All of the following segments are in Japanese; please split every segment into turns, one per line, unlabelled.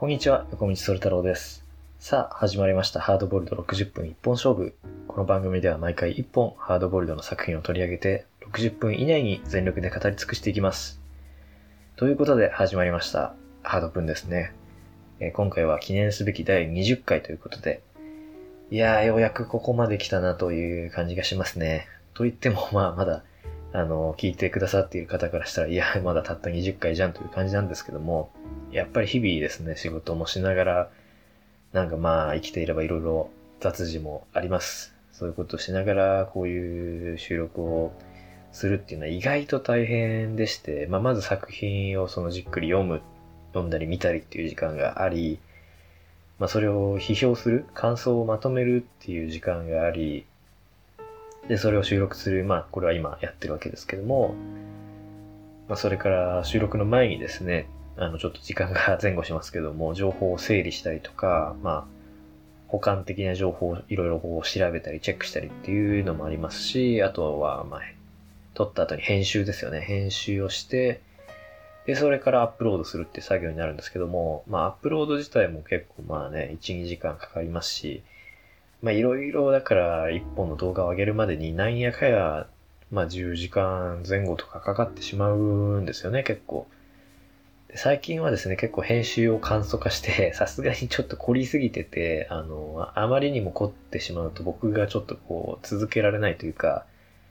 こんにちは、横道それ太郎です。さあ、始まりましたハードボイルド60分一本勝負。この番組では毎回1本ハードボイルドの作品を取り上げて、60分以内に全力で語り尽くしていきます。ということで始まりました、ハード分ですね。今回は記念すべき第20回ということで、ようやくここまで来たなという感じがしますね。と言っても、まだ、聞いてくださっている方からしたら、まだたった20回じゃんという感じなんですけども、やっぱり日々ですね、仕事もしながら、生きていればいろいろ雑事もあります。そういうことをしながら、こういう収録をするっていうのは意外と大変でして、まず作品をじっくり読んだり見たりっていう時間があり、それを批評する、感想をまとめるっていう時間があり、で、それを収録する、これは今やってるわけですけども、それから収録の前にですね、ちょっと時間が前後しますけども、情報を整理したりとか、補完的な情報をいろいろ調べたりチェックしたりっていうのもありますし、あとは、撮った後に編集ですよね。編集をして、で、それからアップロードするって作業になるんですけども、アップロード自体も結構1、2時間かかりますし、いろいろだから一本の動画を上げるまでになんやかや、10時間前後とかかかってしまうんですよね、結構。で最近はですね、結構編集を簡素化して、さすがにちょっと凝りすぎてて、あまりにも凝ってしまうと僕がちょっと続けられないというか、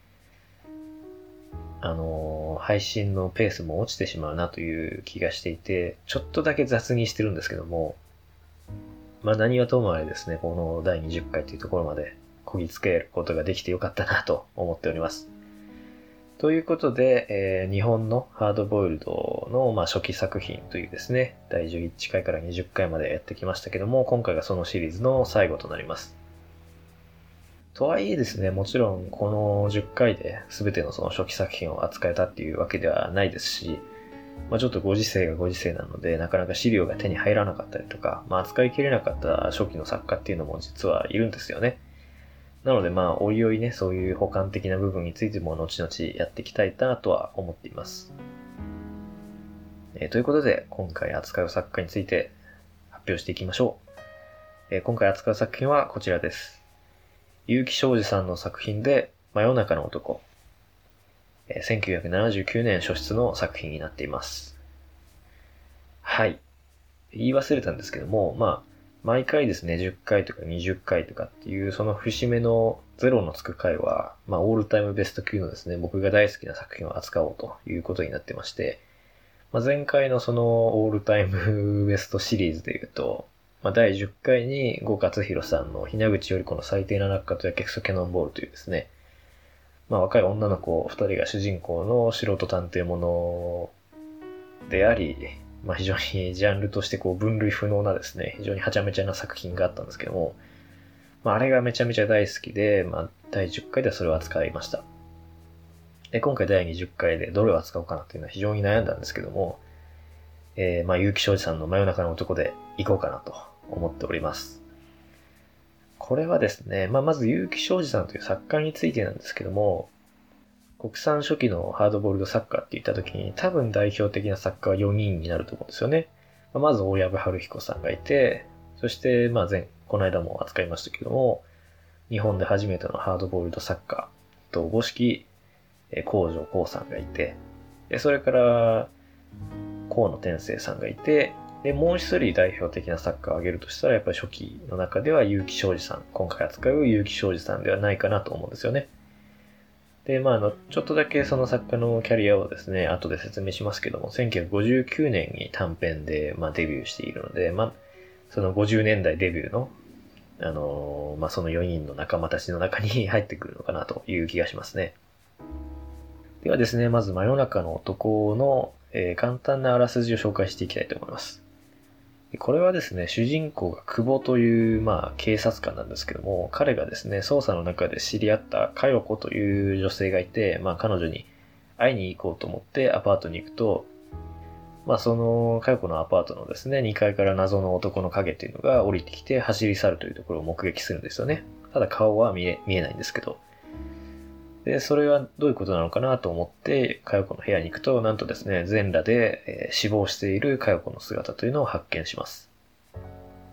配信のペースも落ちてしまうなという気がしていて、ちょっとだけ雑にしてるんですけども、何はともあれですね、この第20回というところまでこぎつけることができてよかったなと思っております。ということで、日本のハードボイルドの、初期作品というですね、第11回から20回までやってきましたけども、今回がそのシリーズの最後となります。とはいえですね、もちろんこの10回で全てのその初期作品を扱えたっていうわけではないですし、ちょっとご時世がご時世なので、なかなか資料が手に入らなかったりとか、扱いきれなかった初期の作家っていうのも実はいるんですよね。なのでおいおいね、そういう補完的な部分についても後々やっていきたいなとは思っています。ということで、今回扱う作家について発表していきましょう。今回扱う作品はこちらです。結城昌司さんの作品で、真夜中の男。1979年初出の作品になっています。はい。言い忘れたんですけども、毎回ですね、10回とか20回とかっていう、その節目のゼロのつく回は、オールタイムベスト級のですね、僕が大好きな作品を扱おうということになってまして、前回のそのオールタイムベストシリーズで言うと、第10回に郷勝弘さんのひなぐちより子の最低な落下とやけくそキャノンボールというですね、若い女の子2人が主人公の素人探偵ものであり、非常にジャンルとして分類不能なですね、非常にはちゃめちゃな作品があったんですけども、あれがめちゃめちゃ大好きで、第10回ではそれを扱いました。で、今回第20回でどれを扱おうかなっていうのは非常に悩んだんですけども、結城昌司さんの真夜中の男で行こうかなと思っております。これはですね、まず結城昌司さんという作家についてなんですけども、国産初期のハードボールド作家って言った時に多分代表的な作家は4人になると思うんですよね。まず大藪春彦さんがいて、そしてこの間も扱いましたけども、日本で初めてのハードボールド作家と五色工場光さんがいて、でそれから河野天成さんがいて、でもう一人代表的な作家を挙げるとしたらやっぱり初期の中では結城昌司さん、今回扱う結城昌司さんではないかなと思うんですよね。で、ちょっとだけその作家のキャリアをですね、後で説明しますけども、1959年に短編で、デビューしているので、その50年代デビューの、その4人の仲間たちの中に入ってくるのかなという気がしますね。ではですね、まず真夜中の男の、簡単なあらすじを紹介していきたいと思います。これはですね、主人公が久保という、警察官なんですけども、彼がですね、捜査の中で知り合った佳代子という女性がいて、彼女に会いに行こうと思ってアパートに行くと、その佳代子のアパートのですね、2階から謎の男の影というのが降りてきて走り去るというところを目撃するんですよね。ただ顔は見えないんですけど。で、それはどういうことなのかなと思って、佳代子の部屋に行くと、なんとですね、全裸で、死亡している佳代子の姿というのを発見します。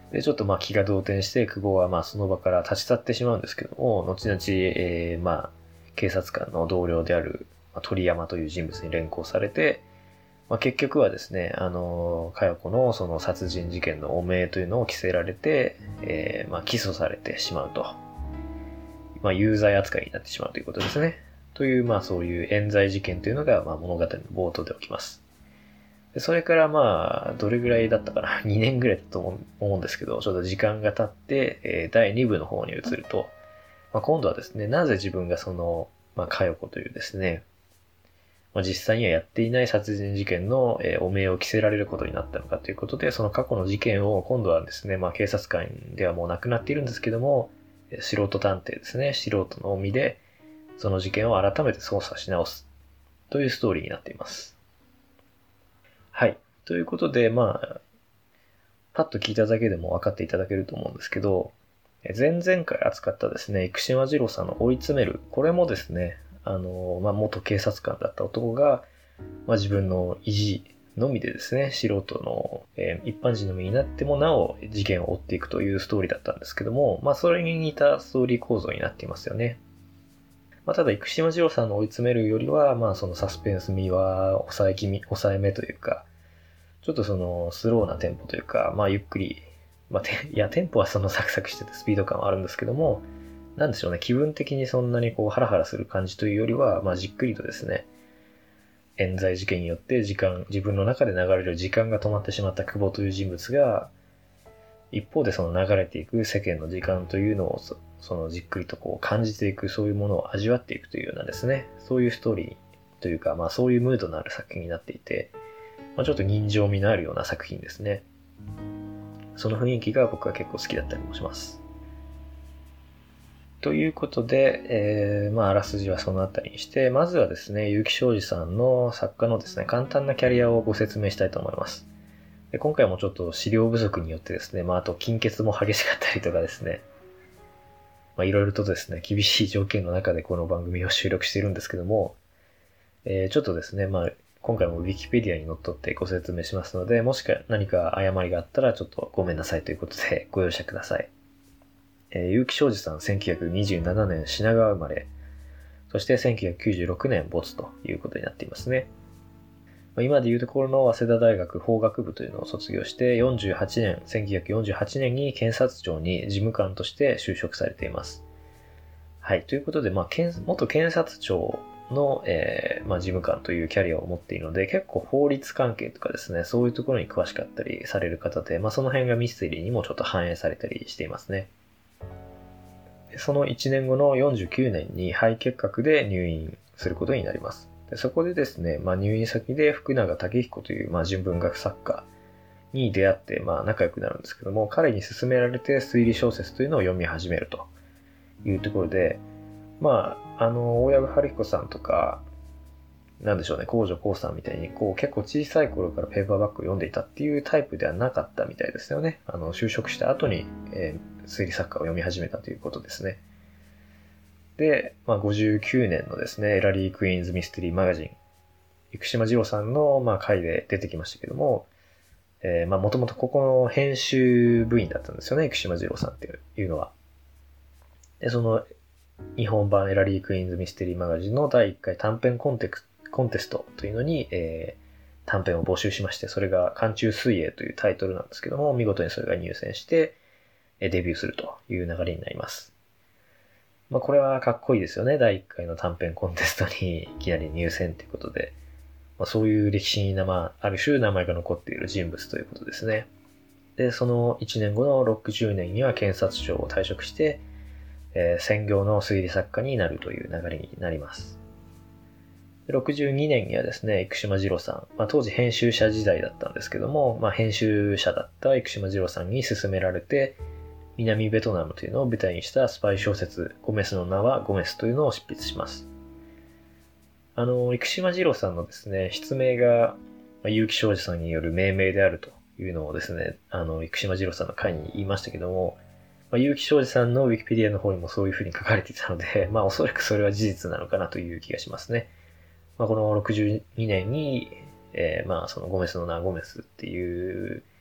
で、ちょっと気が動転して、久保はその場から立ち去ってしまうんですけども、後々、警察官の同僚である、鳥山という人物に連行されて、結局はですね、佳代子のその殺人事件の汚名というのを着せられて、起訴されてしまうと。有罪扱いになってしまうということですね。という、そういう冤罪事件というのが、物語の冒頭で起きます。でそれからどれぐらいだったかな2年ぐらいだと思うんですけど、ちょっと時間が経って、第2部の方に移ると、今度はですね、なぜ自分がその、佳代子というですね、実際にはやっていない殺人事件の汚名を着せられることになったのかということで、その過去の事件を今度はですね、警察官ではもう亡くなっているんですけども、素人探偵ですね、素人の身で、その事件を改めて捜査し直すというストーリーになっています。はい。ということで、パッと聞いただけでも分かっていただけると思うんですけど、前々回扱ったですね、生島二郎さんの追い詰める、これもですね、元警察官だった男が、自分の意地のみでですね、素人の、一般人の身になってもなお事件を追っていくというストーリーだったんですけども、それに似たストーリー構造になっていますよね。ただ、生島二郎さんの追い詰めるよりは、そのサスペンス味は抑えめというか、ちょっとそのスローなテンポというか、ゆっくり、テンポはそのサクサクしててスピード感はあるんですけども、なんでしょうね、気分的にそんなにハラハラする感じというよりは、じっくりとですね、冤罪事件によって自分の中で流れる時間が止まってしまった久保という人物が、一方でその流れていく世間の時間というのをそのじっくりと感じていく、そういうものを味わっていくというようなですね、そういうストーリーというか、そういうムードのある作品になっていて、ちょっと人情味のあるような作品ですね。その雰囲気が僕は結構好きだったりもします。ということで、あらすじはそのあたりにして、まずはですね、結城昌司さんの作家のですね、簡単なキャリアをご説明したいと思います。で今回もちょっと資料不足によってですね、あと金欠も激しかったりとかですね、いろいろとですね、厳しい条件の中でこの番組を収録しているんですけども、ちょっとですね、今回も Wikipedia にのっとってご説明しますので、もし何か誤りがあったらちょっとごめんなさいということでご容赦ください。結城昌司さん1927年品川生まれ、そして1996年没ということになっていますね。今でいうところの早稲田大学法学部というのを卒業して1948年に検察庁に事務官として就職されています。はい、ということで、元検察庁の、事務官というキャリアを持っているので、結構法律関係とかですね、そういうところに詳しかったりされる方で、その辺がミステリーにもちょっと反映されたりしていますね。その1年後の49年に肺結核で入院することになります。でそこでですね、入院先で福永武彦という、純文学作家に出会って、仲良くなるんですけども、彼に勧められて推理小説というのを読み始めるというところで、大藪春彦さんとか、なんでしょうね、高女光さんみたいに、結構小さい頃からペーパーバッグを読んでいたっていうタイプではなかったみたいですよね。就職した後に、推理作家を読み始めたということですね。で、59年のですね、エラリー・クイーンズ・ミステリー・マガジン、生島二郎さんの、回で出てきましたけども、もともとここの編集部員だったんですよね、生島二郎さんっていうのは。で、その、日本版エラリー・クイーンズ・ミステリー・マガジンの第1回短編コンテストというのに、短編を募集しまして、それが寒中水泳というタイトルなんですけども、見事にそれが入選して、デビューするという流れになります。これはかっこいいですよね。第1回の短編コンテストにいきなり入選ということで、そういう歴史にある種名前が残っている人物ということですね。で、その1年後の60年には検察庁を退職して、専業の推理作家になるという流れになります。62年にはですね、生島二郎さん、当時編集者時代だったんですけども、編集者だった生島二郎さんに勧められて、南ベトナムというのを舞台にしたスパイ小説、ゴメスの名はゴメスというのを執筆します。生島二郎さんのですね、筆名が、結城昌司さんによる命名であるというのをですね、生島二郎さんの回に言いましたけども、結城昌司さんのウィキペディアの方にもそういう風に書かれていたので、おそらくそれは事実なのかなという気がしますね。この62年に、そのゴメスの名ゴメスっていう、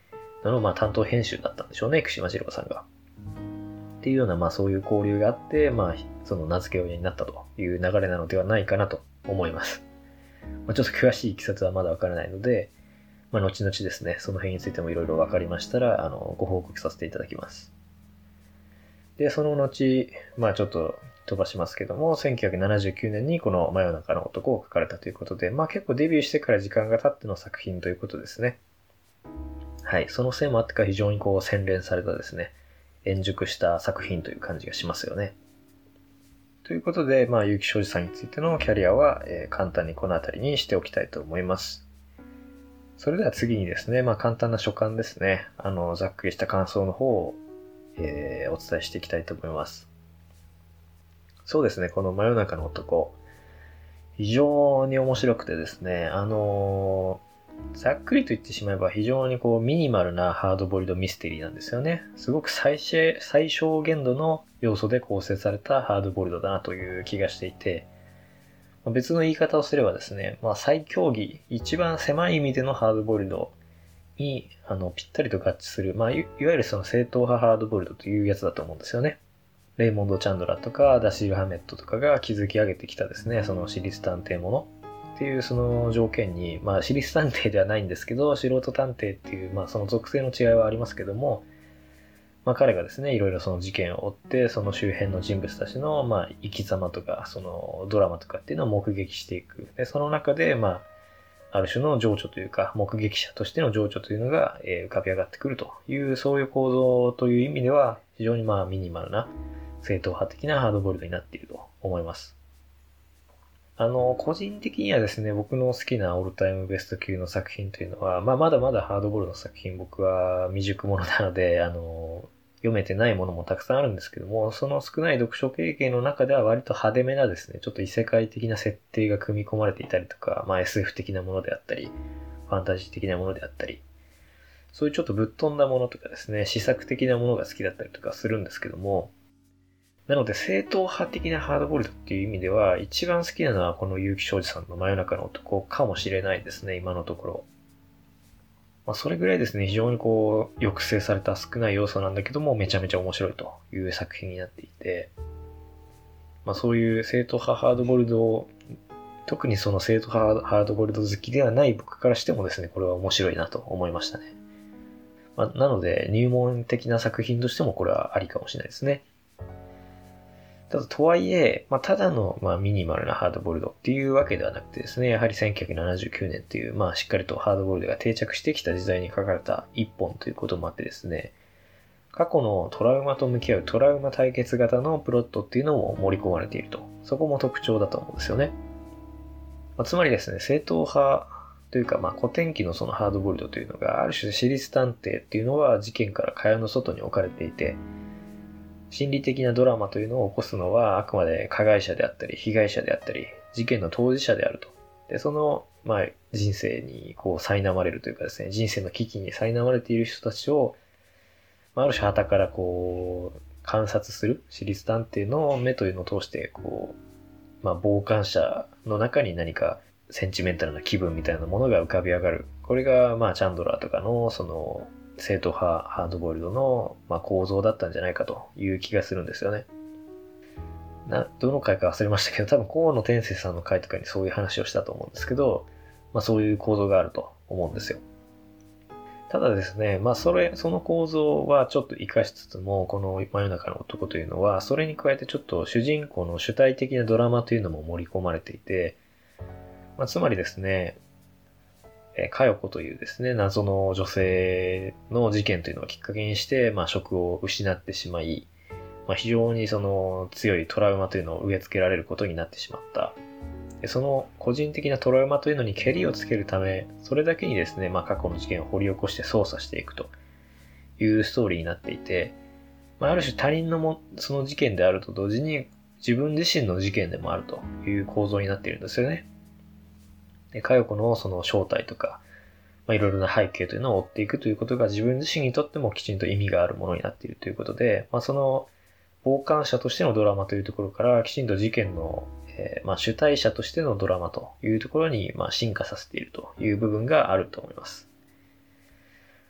のまあ担当編集だったんでしょうね、串間二郎さんが。っていうような、まあそういう交流があって、まあその名付け親になったという流れなのではないかなと思います。まあ、ちょっと詳しいいきさつはまだわからないので、まあ後々ですね、その辺についてもいろいろわかりましたら、ご報告させていただきます。で、その後、まあちょっと飛ばしますけども、1979年にこの真夜中の男を書かれたということで、まあ結構デビューしてから時間が経っての作品ということですね。はい、そのせいもあってか非常にこう洗練されたですね、円熟した作品という感じがしますよね。ということで、まあ結城昌司さんについてのキャリアは、簡単にこの辺りにしておきたいと思います。それでは次にですね、まあ簡単な所感ですね。ざっくりした感想の方を、お伝えしていきたいと思います。そうですね、この真夜中の男、非常に面白くてですね、ざっくりと言ってしまえば非常にこうミニマルなハードボイルドミステリーなんですよね。すごく最小限度の要素で構成されたハードボイルドだなという気がしていて、別の言い方をすればですね、まあ最競技、一番狭い意味でのハードボイルドにぴったりと合致する、まあいわゆるその正統派ハードボイルドというやつだと思うんですよね。レイモンド・チャンドラーとかダシール・ハメットとかが築き上げてきたですね、その私立探偵ものっていうその条件に、まあ私立探偵ではないんですけど、素人探偵っていう、まあその属性の違いはありますけども、まあ彼がですね、いろいろその事件を追って、その周辺の人物たちの、まあ生き様とか、そのドラマとかっていうのを目撃していく。で、その中で、まあ、ある種の情緒というか、目撃者としての情緒というのが、浮かび上がってくるという、そういう構造という意味では、非常にまあミニマルな、正統派的なハードボイルドになっていると思います。個人的にはですね、僕の好きなオールタイムベスト級の作品というのは、まあ、まだまだハードボイルドの作品僕は未熟者なので、読めてないものもたくさんあるんですけども、その少ない読書経験の中では割と派手めなですね、ちょっと異世界的な設定が組み込まれていたりとか、まあ SF 的なものであったり、ファンタジー的なものであったり、そういうちょっとぶっ飛んだものとかですね、試作的なものが好きだったりとかするんですけども、なので正統派的なハードボイルドっていう意味では、一番好きなのはこの結城昌司さんの真夜中の男かもしれないですね、今のところ。まあ、それぐらいですね、非常にこう、抑制された少ない要素なんだけども、めちゃめちゃ面白いという作品になっていて、まあそういう正統派ハードボイルドを、特にその正統派ハードボイルド好きではない僕からしてもですね、これは面白いなと思いましたね。まあ、なので、入門的な作品としてもこれはありかもしれないですね。ただ、とはいえ、まあ、ただの、まあ、ミニマルなハードボイルドっていうわけではなくてですね、やはり1979年っていう、まあ、しっかりとハードボイルドが定着してきた時代に書かれた一本ということもあってですね、過去のトラウマと向き合うトラウマ対決型のプロットっていうのも盛り込まれていると。そこも特徴だと思うんですよね。まあ、つまりですね、正統派というか、まあ、古典期のそのハードボイルドというのが、ある種私立探偵っていうのは事件から蚊帳の外に置かれていて、心理的なドラマというのを起こすのはあくまで加害者であったり、被害者であったり、事件の当事者であると。で、その、まあ、人生にこう苛まれるというかですね、人生の危機に苛まれている人たちを、まあ、ある種傍からこう、観察する私立探偵の目というのを通して、こう、まあ、傍観者の中に何かセンチメンタルな気分みたいなものが浮かび上がる。これが、まあ、チャンドラーとかの、その、正統派ハードボイルドの、まあ、構造だったんじゃないかという気がするんですよね。どの回か忘れましたけど、多分河野天生さんの回とかにそういう話をしたと思うんですけど、まあそういう構造があると思うんですよ。ただですね、まあその構造はちょっと活かしつつも、この真夜中の男というのは、それに加えてちょっと主人公の主体的なドラマというのも盛り込まれていて、まあつまりですね、かよこというですね、謎の女性の事件というのをきっかけにして、まあ職を失ってしまい、まあ非常にその強いトラウマというのを植え付けられることになってしまった。その個人的なトラウマというのにケリをつけるため、それだけにですね、まあ過去の事件を掘り起こして捜査していくというストーリーになっていて、まあある種他人のその事件であると同時に自分自身の事件でもあるという構造になっているんですよね。で、かよこのその正体とか、まあいろいろな背景というのを追っていくということが自分自身にとってもきちんと意味があるものになっているということで、まあその傍観者としてのドラマというところからきちんと事件のまあ主体者としてのドラマというところにまあ進化させているという部分があると思います。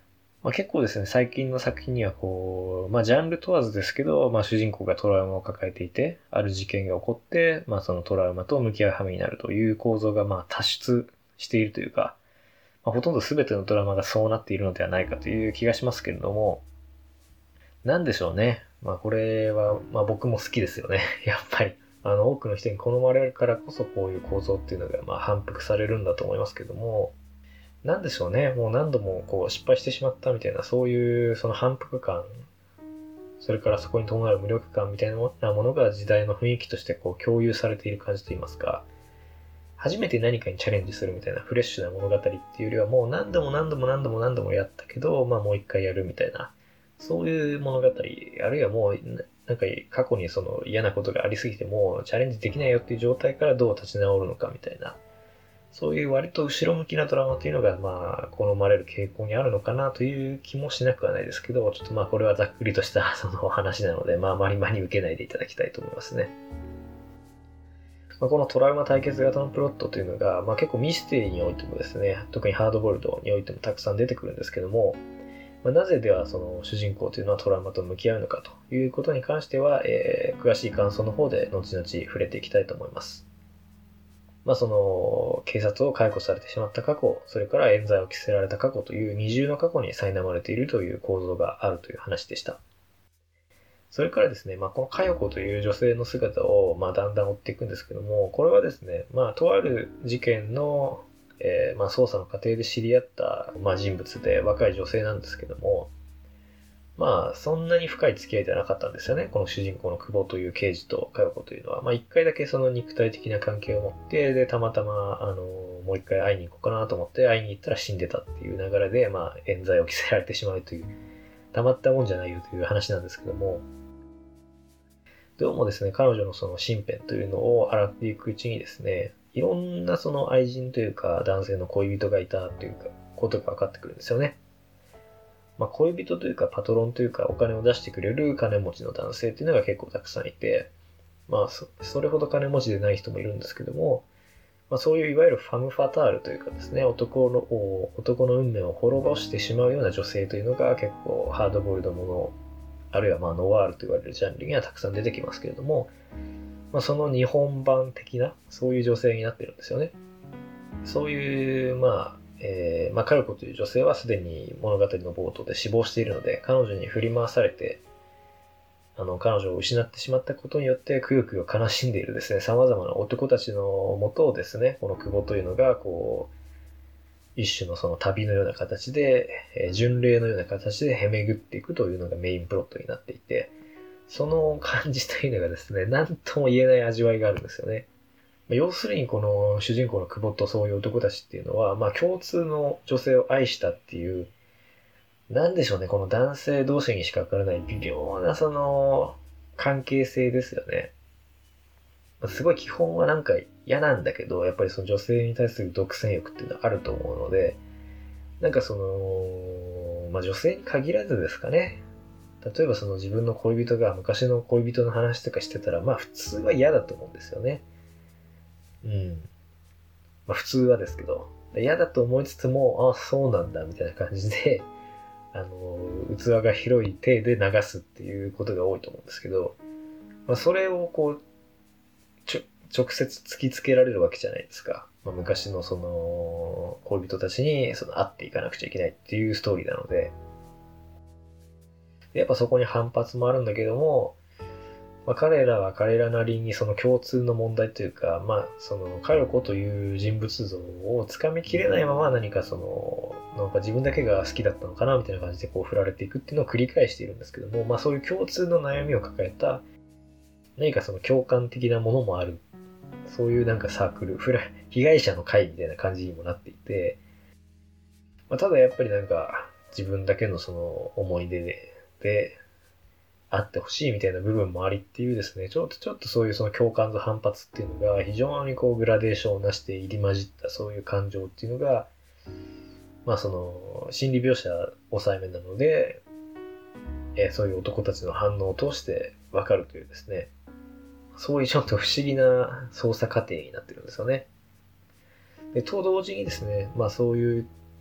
結構ですね、最近の作品にはジャンル問わずですけど、主人公がトラウマを抱えていて、ある事件が起こって、そのトラウマと向き合う羽目になるという構造が多出しているというか、ほとんど全てのドラマがそうなっているのではないかという気がしますけれども、なんでしょうね。これは、僕も好きですよね。やっぱり。多くの人に好まれるからこそこういう構造っていうのが、反復されるんだと思いますけども、なんでしょうね。もう何度も失敗してしまったみたいな、そういうその反復感、それからそこに伴う無力感みたいなものが時代の雰囲気として共有されている感じといいますか、初めて何かにチャレンジするみたいなフレッシュな物語っていうよりは、もう何度もやったけど、もう一回やるみたいな、そういう物語、あるいはもう、なんか過去にその嫌なことがありすぎてもチャレンジできないよっていう状態からどう立ち直るのかみたいな、そういう割と後ろ向きなドラマというのが、好まれる傾向にあるのかなという気もしなくはないですけど、ちょっとこれはざっくりとしたその話なので、あまり真に受けないでいただきたいと思いますね。このトラウマ対決型のプロットというのが、結構ミステリーにおいてもですね、特にハードボイルドにおいてもたくさん出てくるんですけども、なぜではその主人公というのはトラウマと向き合うのかということに関しては、詳しい感想の方で後々触れていきたいと思います。その警察を解雇されてしまった過去、それから冤罪を着せられた過去という二重の過去に苛まれているという構造があるという話でした。それからですね、この佳代子という女性の姿をだんだん追っていくんですけども、これはですね、とある事件の、捜査の過程で知り合った、人物で若い女性なんですけども、そんなに深い付き合いではなかったんですよね。この主人公の久保という刑事と佳代子というのは。一回だけその肉体的な関係を持って、で、たまたま、もう一回会いに行こうかなと思って会いに行ったら死んでたっていう流れで、冤罪を着せられてしまうという、たまったもんじゃないよという話なんですけども、どうもですね、彼女のその身辺というのを洗っていくうちにですね、いろんなその愛人というか男性の恋人がいたというか、ことが分かってくるんですよね。恋人というかパトロンというかお金を出してくれる金持ちの男性っていうのが結構たくさんいて、それほど金持ちでない人もいるんですけども、そういういわゆるファム・ファタールというかですね、男の運命を滅ぼしてしまうような女性というのが結構ハードボイルドもの、あるいはノワールと言われるジャンルにはたくさん出てきますけれども、その日本版的なそういう女性になってるんですよね。そういう佳代子という女性はすでに物語の冒頭で死亡しているので、彼女に振り回されて、彼女を失ってしまったことによってくよくよ悲しんでいるですね、様々な男たちのもとをですね、この久保というのが、一種のその旅のような形で、巡礼のような形でへ巡っていくというのがメインプロットになっていて、その感じというのがですね、何とも言えない味わいがあるんですよね。要するにこの主人公の久保とそういう男たちっていうのは、共通の女性を愛したっていう、なんでしょうね、この男性同士にしかわからない微妙なその関係性ですよね。すごい基本はなんか嫌なんだけど、やっぱりその女性に対する独占欲っていうのはあると思うので、なんかその、女性に限らずですかね。例えばその自分の恋人が昔の恋人の話とかしてたら、普通は嫌だと思うんですよね。うん。普通はですけど。嫌だと思いつつも、あ、そうなんだ、みたいな感じで、器が広い手で流すっていうことが多いと思うんですけど、それを直接突きつけられるわけじゃないですか。昔のその、恋人たちにその会っていかなくちゃいけないっていうストーリーなので、やっぱそこに反発もあるんだけども、彼らは彼らなりにその共通の問題というか、その、佳代子という人物像をつかみきれないまま何かその、なんか自分だけが好きだったのかなみたいな感じで振られていくっていうのを繰り返しているんですけども、そういう共通の悩みを抱えた、何かその共感的なものもある。そういうなんかサークル、被害者の会みたいな感じにもなっていて、ただやっぱりなんか自分だけのその思い出で、あってほしいみたいな部分もありっていうですね、ちょっとそういうその共感と反発っていうのが非常にグラデーションをなして入り混じったそういう感情っていうのが、その心理描写抑えめなので、そういう男たちの反応を通してわかるというですね、そういうちょっと不思議な操作過程になってるんですよね。で、と同時にですね、そういっ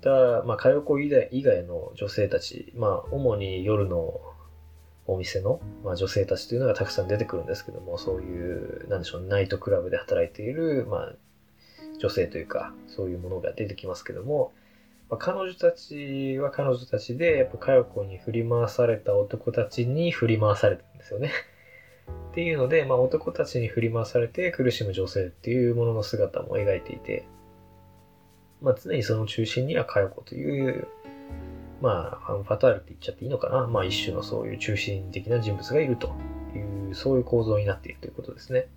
た、佳代子以外の女性たち、主に夜のお店の、女性たちというのがたくさん出てくるんですけども、そういう、ナイトクラブで働いている、女性というか、そういうものが出てきますけども、彼女たちは彼女たちで、やっぱ佳代子に振り回された男たちに振り回されてるんですよね。っていうので、男たちに振り回されて苦しむ女性っていうものの姿も描いていて、常にその中心には佳代子という、ファタールって言っちゃっていいのかな。一種のそういう中心的な人物がいるという、そういう構造になっているということですね。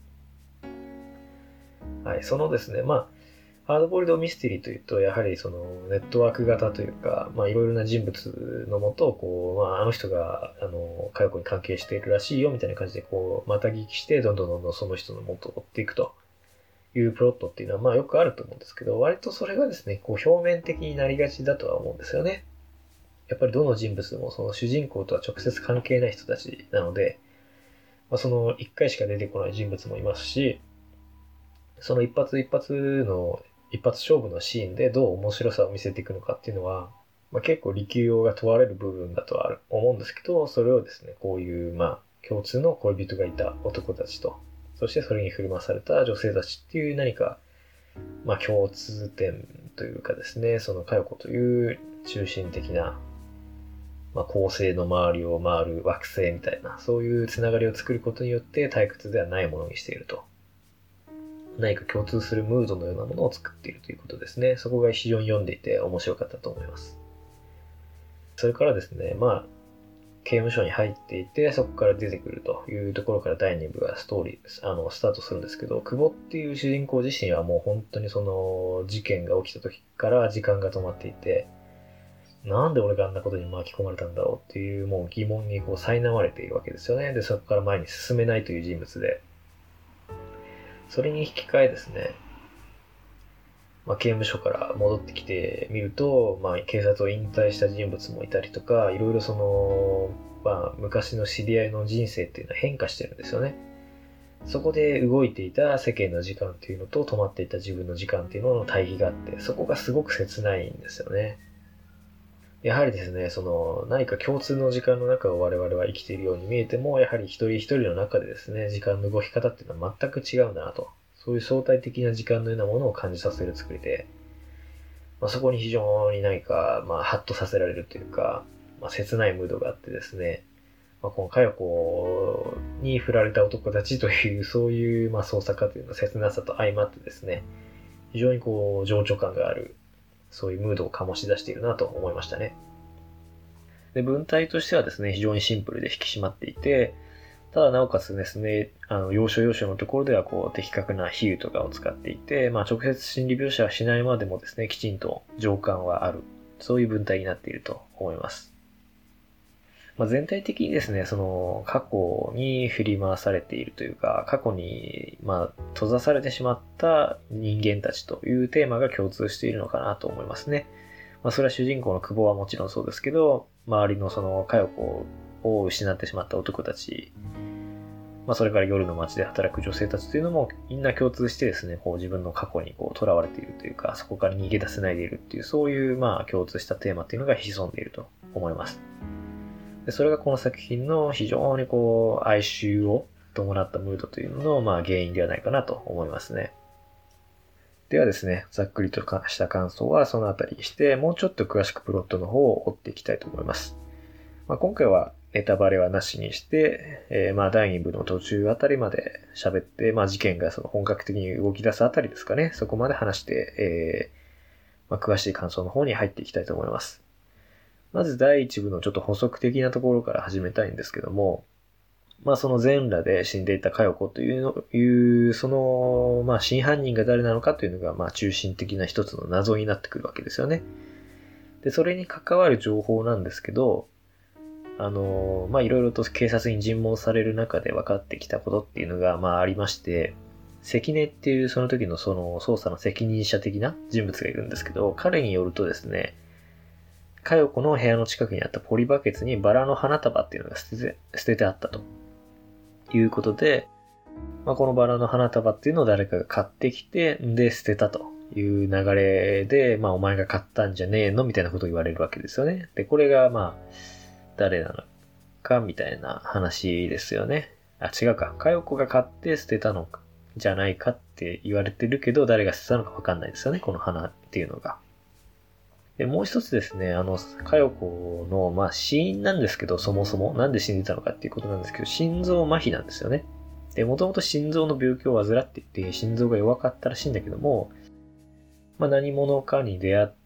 はい、そのですね、ハードボイルドミステリーというと、やはりそのネットワーク型というか、いろいろな人物のもと、あの人が、佳代子に関係しているらしいよ、みたいな感じで、また聞きして、どんどんその人のもとを追っていくというプロットっていうのは、よくあると思うんですけど、割とそれがですね、表面的になりがちだとは思うんですよね。やっぱりどの人物もその主人公とは直接関係ない人たちなので、その一回しか出てこない人物もいますし、その一発勝負のシーンでどう面白さを見せていくのかっていうのは、結構力量が問われる部分だとは思うんですけど、それをですね、こういう共通の恋人がいた男たちと、そしてそれに振り回された女性たちっていう何か、共通点というかですね、その佳代子という中心的な、恒星の周りを回る惑星みたいな、そういうつながりを作ることによって退屈ではないものにしていると。何か共通するムードのようなものを作っているということですね。そこが非常に読んでいて面白かったと思います。それからですね、刑務所に入っていて、そこから出てくるというところから第2部がスタートするんですけど、久保っていう主人公自身はもう本当にその事件が起きた時から時間が止まっていて、なんで俺があんなことに巻き込まれたんだろうっていうもう疑問に苛まれているわけですよね。で、そこから前に進めないという人物で、それに引き換えですね、刑務所から戻ってきてみると、警察を引退した人物もいたりとか、いろいろその、昔の知り合いの人生っていうのは変化してるんですよね。そこで動いていた世間の時間っていうのと止まっていた自分の時間っていうのの対比があって、そこがすごく切ないんですよね。やはりですね、その何か共通の時間の中を我々は生きているように見えても、やはり一人一人の中でですね、時間の動き方っていうのは全く違うなと。そういう相対的な時間のようなものを感じさせる作りで、そこに非常に何か、ハッとさせられるというか、切ないムードがあってですね、この佳代子に振られた男たちという、そういう、捜査家というの切なさと相まってですね、非常に情緒感がある、そういうムードを醸し出しているなと思いましたね。で、文体としてはですね、非常にシンプルで引き締まっていて、ただなおかつですね、要所要所のところでは的確な比喩とかを使っていて、直接心理描写はしないまでもですね、きちんと情感はある。そういう文体になっていると思います。全体的にですね、その過去に振り回されているというか、過去に閉ざされてしまった人間たちというテーマが共通しているのかなと思いますね。それは主人公の久保はもちろんそうですけど、周りのその佳代子を失ってしまった男たち、それから夜の街で働く女性たちというのもみんな共通してですね、自分の過去に囚われているというか、そこから逃げ出せないでいるっていう、そういう共通したテーマっていうのが潜んでいると思います。でそれがこの作品の非常に哀愁を伴ったムードというのの原因ではないかなと思いますね。ではですね、ざっくりとした感想はそのあたりにして、もうちょっと詳しくプロットの方を追っていきたいと思います。今回はネタバレはなしにして、第2部の途中あたりまで喋って、事件がその本格的に動き出すあたりですかね、そこまで話して、詳しい感想の方に入っていきたいと思います。まず第1部のちょっと補足的なところから始めたいんですけども、その全裸で死んでいた佳代子というその、真犯人が誰なのかというのが、中心的な一つの謎になってくるわけですよね。で、それに関わる情報なんですけど、いろいろと警察に尋問される中で分かってきたことっていうのが、ありまして、関根っていうその時のその捜査の責任者的な人物がいるんですけど、彼によるとですね、佳代子の部屋の近くにあったポリバケツにバラの花束っていうのが捨ててあったということで、このバラの花束っていうのを誰かが買ってきて、で捨てたという流れで、お前が買ったんじゃねえのみたいなことを言われるわけですよね。で、これが誰なのかみたいな話ですよね。あ、違うか。かよこが買って捨てたのじゃないかって言われてるけど、誰が捨てたのかわかんないですよね。この花っていうのが。で、もう一つですね、かよこの、死因なんですけど、そもそも、なんで死んでたのかっていうことなんですけど、心臓麻痺なんですよね。で、もともと心臓の病気を患っていて、心臓が弱かったらしいんだけども、何者かに出会って、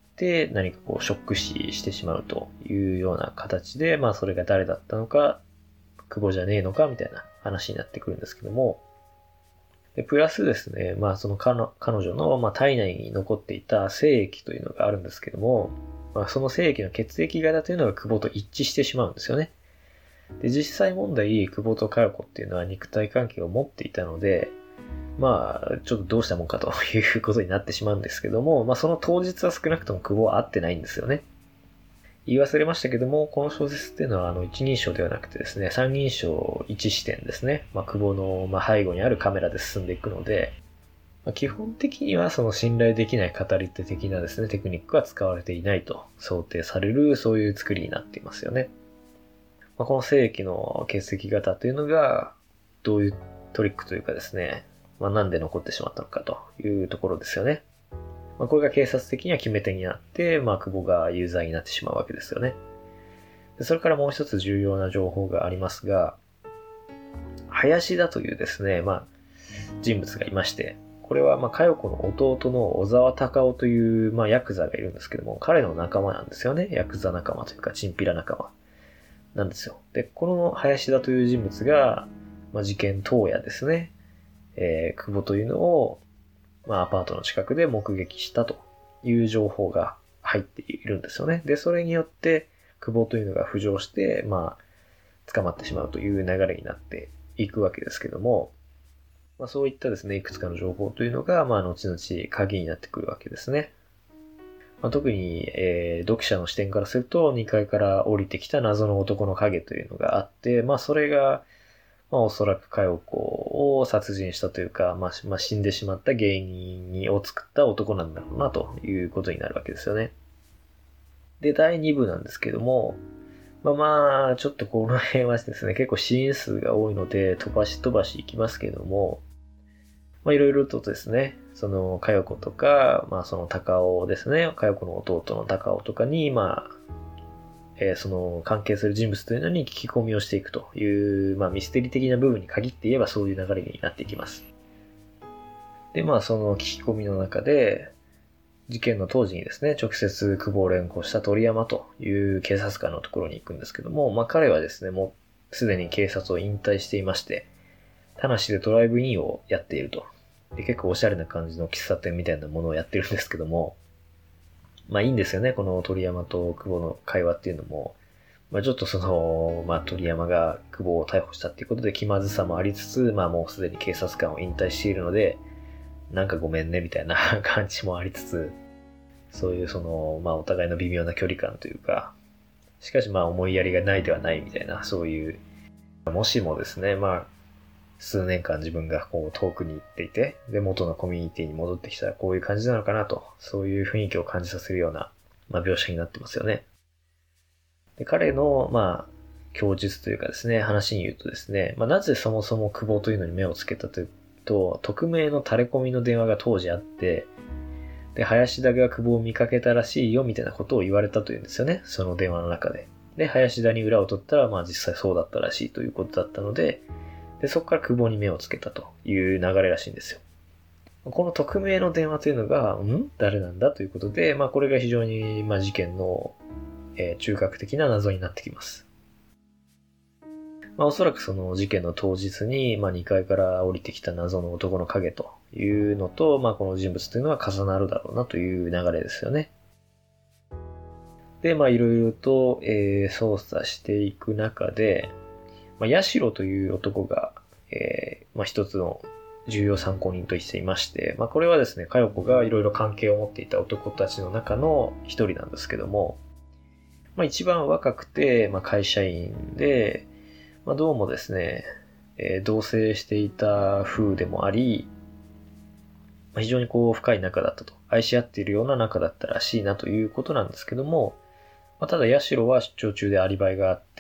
何かショック死してしまうというような形で、それが誰だったのか、久保じゃねえのか、みたいな話になってくるんですけども、でプラスですね、その彼女の、体内に残っていた精液というのがあるんですけども、その精液の血液型というのが久保と一致してしまうんですよね。で、実際問題、久保と佳代子っていうのは肉体関係を持っていたので、ちょっとどうしたもんかということになってしまうんですけども、その当日は少なくとも久保は会ってないんですよね。言い忘れましたけども、この小説っていうのは一人称ではなくてですね、三人称一視点ですね。久保の背後にあるカメラで進んでいくので、基本的にはその信頼できない語り手的なですね、テクニックは使われていないと想定される、そういう作りになっていますよね。この精液の血液型というのが、どういうトリックというかですね、なんで残ってしまったのかというところですよね。これが警察的には決め手になって、久保が有罪になってしまうわけですよね。それからもう一つ重要な情報がありますが、林田というですね、人物がいまして、これは佳代子の弟の小沢隆夫という、ヤクザがいるんですけども、彼の仲間なんですよね。ヤクザ仲間というか、チンピラ仲間なんですよ。で、この林田という人物が、事件当夜ですね、久保というのを、アパートの近くで目撃したという情報が入っているんですよね。で、それによって、久保というのが浮上して、捕まってしまうという流れになっていくわけですけども、そういったですね、いくつかの情報というのが、後々鍵になってくるわけですね。特に、読者の視点からすると、2階から降りてきた謎の男の影というのがあって、それが、おそらく佳代子を殺人したというか、死んでしまった原因を作った男なんだろうなということになるわけですよね。で、第2部なんですけども、ちょっとこの辺はですね、結構シーン数が多いので、飛ばしいきますけども、いろいろとですね、その、佳代子とか、その高尾ですね、佳代子の弟の高尾とかに、その関係する人物というのに聞き込みをしていくという、ミステリー的な部分に限って言えばそういう流れになっていきます。で、その聞き込みの中で、事件の当時にですね、直接久保を連行した鳥山という警察官のところに行くんですけども、彼はですね、もうすでに警察を引退していまして、田無でドライブインをやっていると。で、結構おしゃれな感じの喫茶店みたいなものをやってるんですけども、いいんですよね、この鳥山と久保の会話っていうのも。ちょっとその、鳥山が久保を逮捕したっていうことで気まずさもありつつ、もうすでに警察官を引退しているので、なんかごめんね、みたいな感じもありつつ、そういうその、お互いの微妙な距離感というか、しかし思いやりがないではないみたいな、そういう、もしもですね、数年間自分が遠くに行っていて、で、元のコミュニティに戻ってきたらこういう感じなのかなと、そういう雰囲気を感じさせるような、描写になってますよね。で、彼の、供述というかですね、話に言うとですね、なぜそもそも久保というのに目をつけたというと、匿名の垂れ込みの電話が当時あって、で、林田が久保を見かけたらしいよ、みたいなことを言われたというんですよね、その電話の中で。で、林田に裏を取ったら、実際そうだったらしいということだったので、で、そこから久保に目をつけたという流れらしいんですよ。この匿名の電話というのが、誰なんだということで、これが非常に、事件の、中核的な謎になってきます。おそらくその事件の当日に、2階から降りてきた謎の男の影というのと、この人物というのは重なるだろうなという流れですよね。で、いろいろと、捜査していく中で、八代という男が、一つの重要参考人としていまして、これはですね、佳代子がいろいろ関係を持っていた男たちの中の一人なんですけども、一番若くて、会社員で、どうもですね、同棲していた風でもあり、 非常に深い仲だったと。愛し合っているような仲だったらしいなということなんですけども、ただ八代は出張中でアリバイがあって、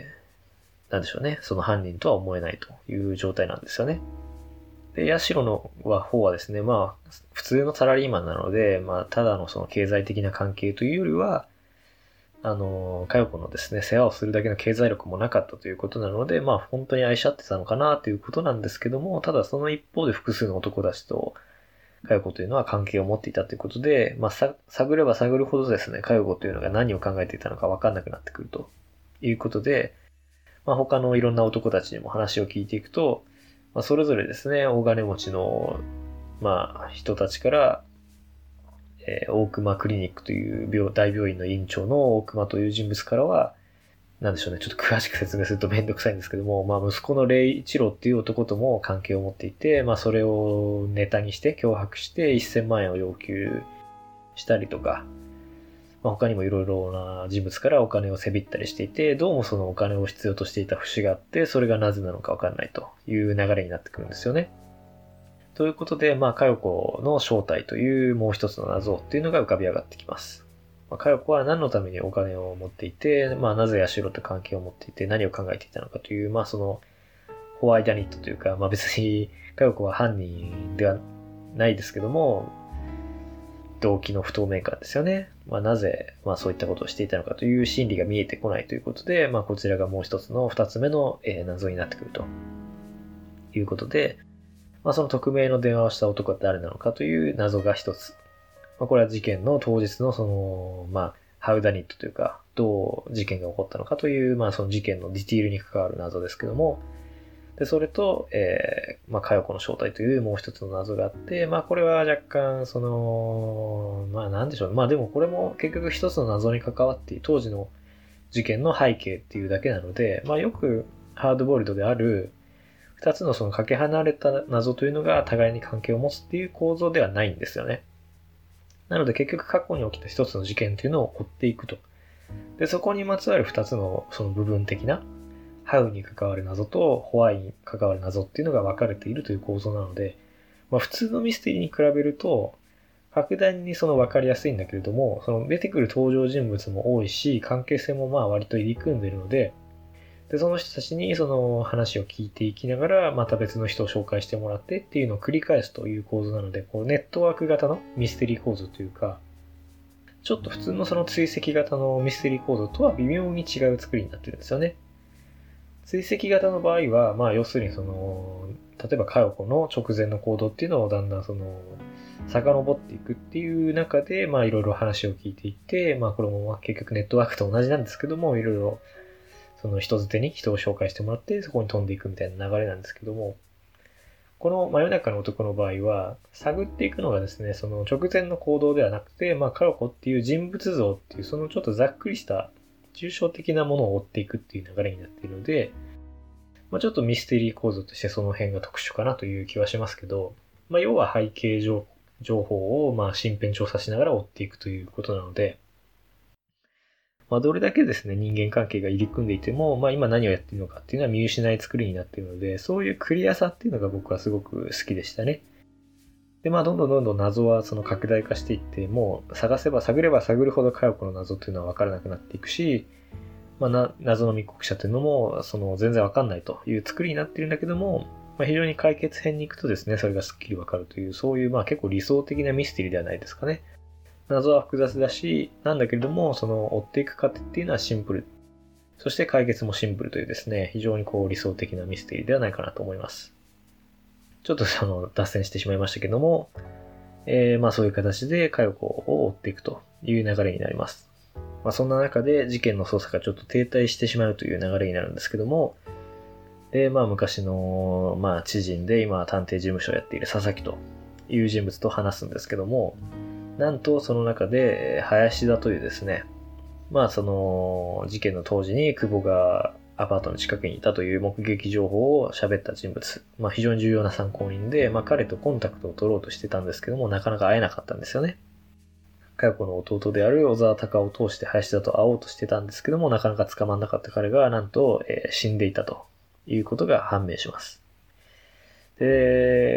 なんでしょうね。その犯人とは思えないという状態なんですよね。で、八代の方はですね、普通のサラリーマンなので、ただのその経済的な関係というよりは、佳代子のですね、世話をするだけの経済力もなかったということなので、本当に愛し合ってたのかなということなんですけども、ただその一方で複数の男たちと、佳代子というのは関係を持っていたということで、探れば探るほどですね、佳代子というのが何を考えていたのか分かんなくなってくるということで、他のいろんな男たちにも話を聞いていくと、それぞれですね、大金持ちの、人たちから、大熊クリニックという大病院の院長の大熊という人物からは、なんでしょうね、ちょっと詳しく説明するとめんどくさいんですけども、息子の霊一郎っていう男とも関係を持っていて、それをネタにして脅迫して1000万円を要求したりとか、他にもいろいろな人物からお金をせびったりしていて、どうもそのお金を必要としていた節があって、それがなぜなのかわかんないという流れになってくるんですよね。ということで、佳代子の正体というもう一つの謎っていうのが浮かび上がってきます。佳代子は何のためにお金を持っていて、なぜ八代と関係を持っていて何を考えていたのかという、その、ホワイトニットというか、別に佳代子は犯人ではないですけども、動機の不透明感ですよね。なぜ、そういったことをしていたのかという心理が見えてこないということで、こちらがもう一つの二つ目の、謎になってくるということで、その匿名の電話をした男は誰なのかという謎が一つ。これは事件の当日のその、ハウダニットというか、どう事件が起こったのかという、その事件のディティールに関わる謎ですけども、で、それと、佳代子の正体というもう一つの謎があって、これは若干、その、なんでしょう。でもこれも結局一つの謎に関わっている当時の事件の背景っていうだけなので、よくハードボイルドである、二つのそのかけ離れた謎というのが互いに関係を持つっていう構造ではないんですよね。なので結局過去に起きた一つの事件というのを追っていくと。で、そこにまつわる二つのその部分的な、ハウに関わる謎とホワイに関わる謎っていうのが分かれているという構造なので、普通のミステリーに比べると、格段にその分かりやすいんだけれども、その出てくる登場人物も多いし、関係性も割と入り組んでいるので、で、その人たちにその話を聞いていきながら、また別の人を紹介してもらってっていうのを繰り返すという構図なので、ネットワーク型のミステリー構造というか、ちょっと普通のその追跡型のミステリー構造とは微妙に違う作りになってるんですよね。追跡型の場合は、要するにその、例えば佳代子の直前の行動っていうのをだんだんその、遡っていくっていう中で、いろいろ話を聞いていって、これも結局ネットワークと同じなんですけども、いろいろその人づてに人を紹介してもらってそこに飛んでいくみたいな流れなんですけども、この真夜中の男の場合は探っていくのがですね、その直前の行動ではなくて、佳代子っていう人物像っていうそのちょっとざっくりした抽象的なものを追っていくっていう流れになっているので、ちょっとミステリー構造としてその辺が特殊かなという気はしますけど、要は背景情報を身辺調査しながら追っていくということなので、どれだけですね、人間関係が入り組んでいても、今何をやっているのかっていうのは見失い作りになっているので、そういうクリアさっていうのが僕はすごく好きでしたね。で、どんどん謎はその拡大化していって、もう探れば探るほど佳代子の謎というのは分からなくなっていくし、謎の密告者というのも、その全然分かんないという作りになっているんだけども、非常に解決編に行くとですね、それがすっきり分かるという、そういう結構理想的なミステリーではないですかね。謎は複雑だし、なんだけれども、その追っていく過程っていうのはシンプル。そして解決もシンプルというですね、非常に理想的なミステリーではないかなと思います。ちょっと脱線してしまいましたけども、そういう形で佳代子を追っていくという流れになります。そんな中で事件の捜査がちょっと停滞してしまうという流れになるんですけども、で、昔の、知人で今探偵事務所をやっている佐々木という人物と話すんですけども、なんとその中で林田というですね、その事件の当時に久保がアパートの近くにいたという目撃情報を喋った人物、非常に重要な参考人で、彼とコンタクトを取ろうとしてたんですけども、なかなか会えなかったんですよね。佳代子の弟である小沢隆を通して林田と会おうとしてたんですけども、なかなか捕まんなかった彼がなんと、死んでいたということが判明します。で、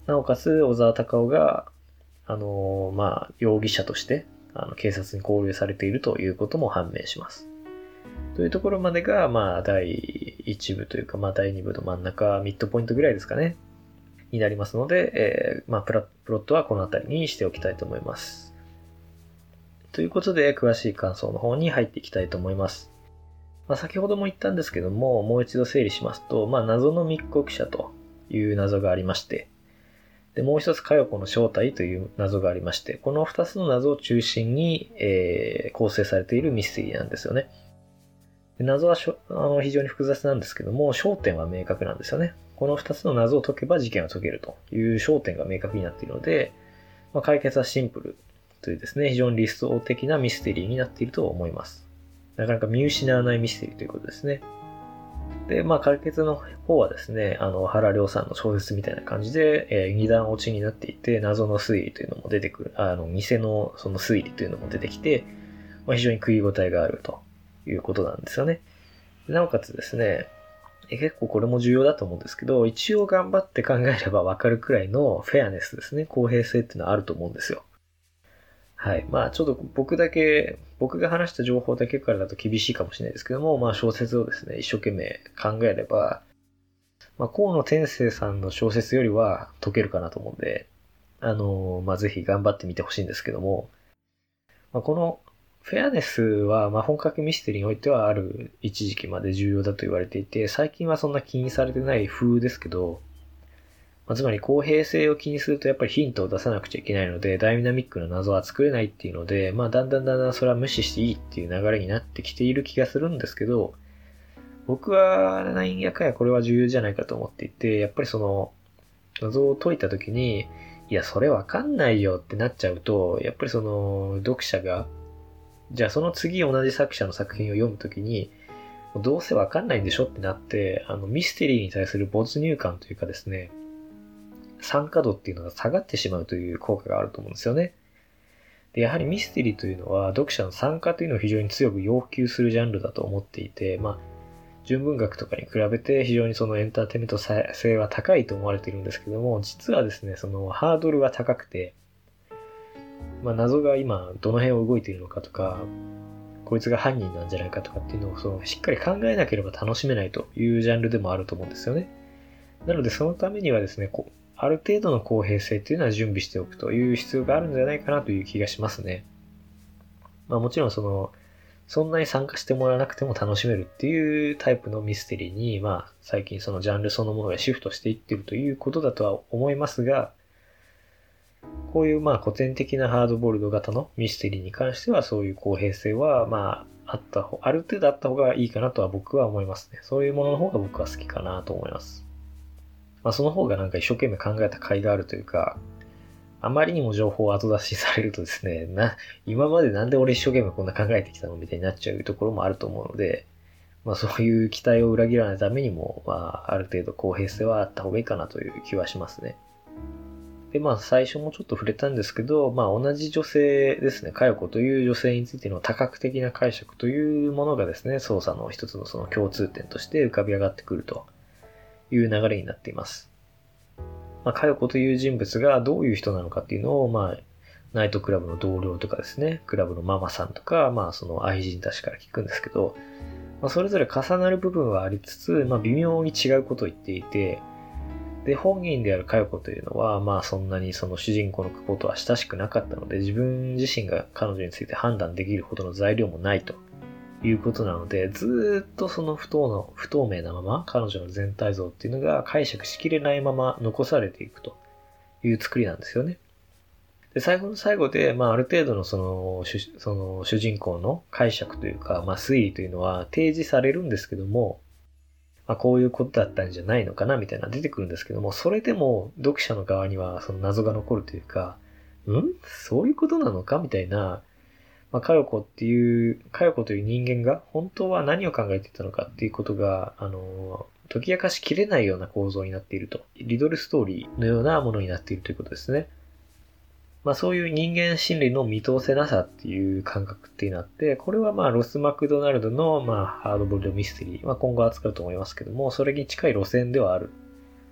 なおかつ、小沢隆夫が、容疑者として、警察に勾留されているということも判明します。というところまでが、第1部というか、第2部の真ん中、ミッドポイントぐらいですかね。になりますので、プロットはこの辺りにしておきたいと思います。ということで、詳しい感想の方に入っていきたいと思います。先ほども言ったんですけども、もう一度整理しますと、謎の密告者という謎がありまして、で、もう一つ、佳代子の正体という謎がありまして、この二つの謎を中心に、構成されているミステリーなんですよね。で謎は非常に複雑なんですけども、焦点は明確なんですよね。この二つの謎を解けば事件は解けるという焦点が明確になっているので、解決はシンプルというですね、非常に理想的なミステリーになっていると思います。なかなか見失わないミステリーということですね。で、解決の方はですね、原良さんの小説みたいな感じで、二段落ちになっていて、謎の推理というのも出てくる、偽のその推理というのも出てきて、非常に食い応えがあるということなんですよね。なおかつですね、結構これも重要だと思うんですけど、一応頑張って考えればわかるくらいのフェアネスですね、公平性っていうのはあると思うんですよ。はい。ちょっと僕が話した情報だけからだと厳しいかもしれないですけども、小説をですね、一生懸命考えれば、河野天生さんの小説よりは解けるかなと思うんで、ぜひ頑張ってみてほしいんですけども、このフェアネスは、本格ミステリーにおいてはある一時期まで重要だと言われていて、最近はそんな気にされてない風ですけど、つまり公平性を気にするとやっぱりヒントを出さなくちゃいけないので、ダイナミックな謎は作れないっていうので、だんだんそれは無視していいっていう流れになってきている気がするんですけど、僕はなんやかやこれは重要じゃないかと思っていて、やっぱりその謎を解いた時に、いや、それわかんないよってなっちゃうと、やっぱりその読者が、じゃあその次同じ作者の作品を読むときに、どうせわかんないんでしょってなって、ミステリーに対する没入感というかですね、参加度っていうのが下がってしまうという効果があると思うんですよね。で、やはりミステリーというのは読者の参加というのを非常に強く要求するジャンルだと思っていて、純文学とかに比べて非常にそのエンターテイメント性は高いと思われているんですけども、実はですね、そのハードルは高くて、謎が今どの辺を動いているのかとか、こいつが犯人なんじゃないかとかっていうのをしっかり考えなければ楽しめないというジャンルでもあると思うんですよね。なのでそのためにはですね、ある程度の公平性っていうのは準備しておくという必要があるんじゃないかなという気がしますね。もちろんそんなに参加してもらわなくても楽しめるっていうタイプのミステリーに、最近そのジャンルそのものがシフトしていってるということだとは思いますが、こういう古典的なハードボールド型のミステリーに関してはそういう公平性はある程度あった方がいいかなとは僕は思いますね。そういうものの方が僕は好きかなと思います。その方がなんか一生懸命考えた甲斐があるというか、あまりにも情報を後出しされるとですね、今までなんで俺一生懸命こんな考えてきたのみたいになっちゃうところもあると思うので、そういう期待を裏切らないためにも、ある程度公平性はあった方がいいかなという気はしますね。で、最初もちょっと触れたんですけど、同じ女性ですね、佳代子という女性についての多角的な解釈というものがですね、捜査の一つのその共通点として浮かび上がってくるという流れになっています。佳代子という人物がどういう人なのかっていうのを、ナイトクラブの同僚とかですね、クラブのママさんとか、その愛人たちから聞くんですけど、それぞれ重なる部分はありつつ、微妙に違うことを言っていて、で、本人である佳代子というのは、そんなにその主人公の久保とは親しくなかったので、自分自身が彼女について判断できるほどの材料もないということなので、ずーっとその不透明なまま、彼女の全体像っていうのが解釈しきれないまま残されていくという作りなんですよね。で、最後の最後で、ある程度のその主人公の解釈というか、推理というのは提示されるんですけども、こういうことだったんじゃないのかなみたいな出てくるんですけども、それでも読者の側にはその謎が残るというか、そういうことなのかみたいな、佳代子という人間が本当は何を考えていたのかっていうことが、解き明かしきれないような構造になっていると。リドルストーリーのようなものになっているということですね。そういう人間心理の見通せなさっていう感覚っていうのがあって、これはロス・マクドナルドのハードボイルドミステリー、今後扱うと思いますけども、それに近い路線ではある。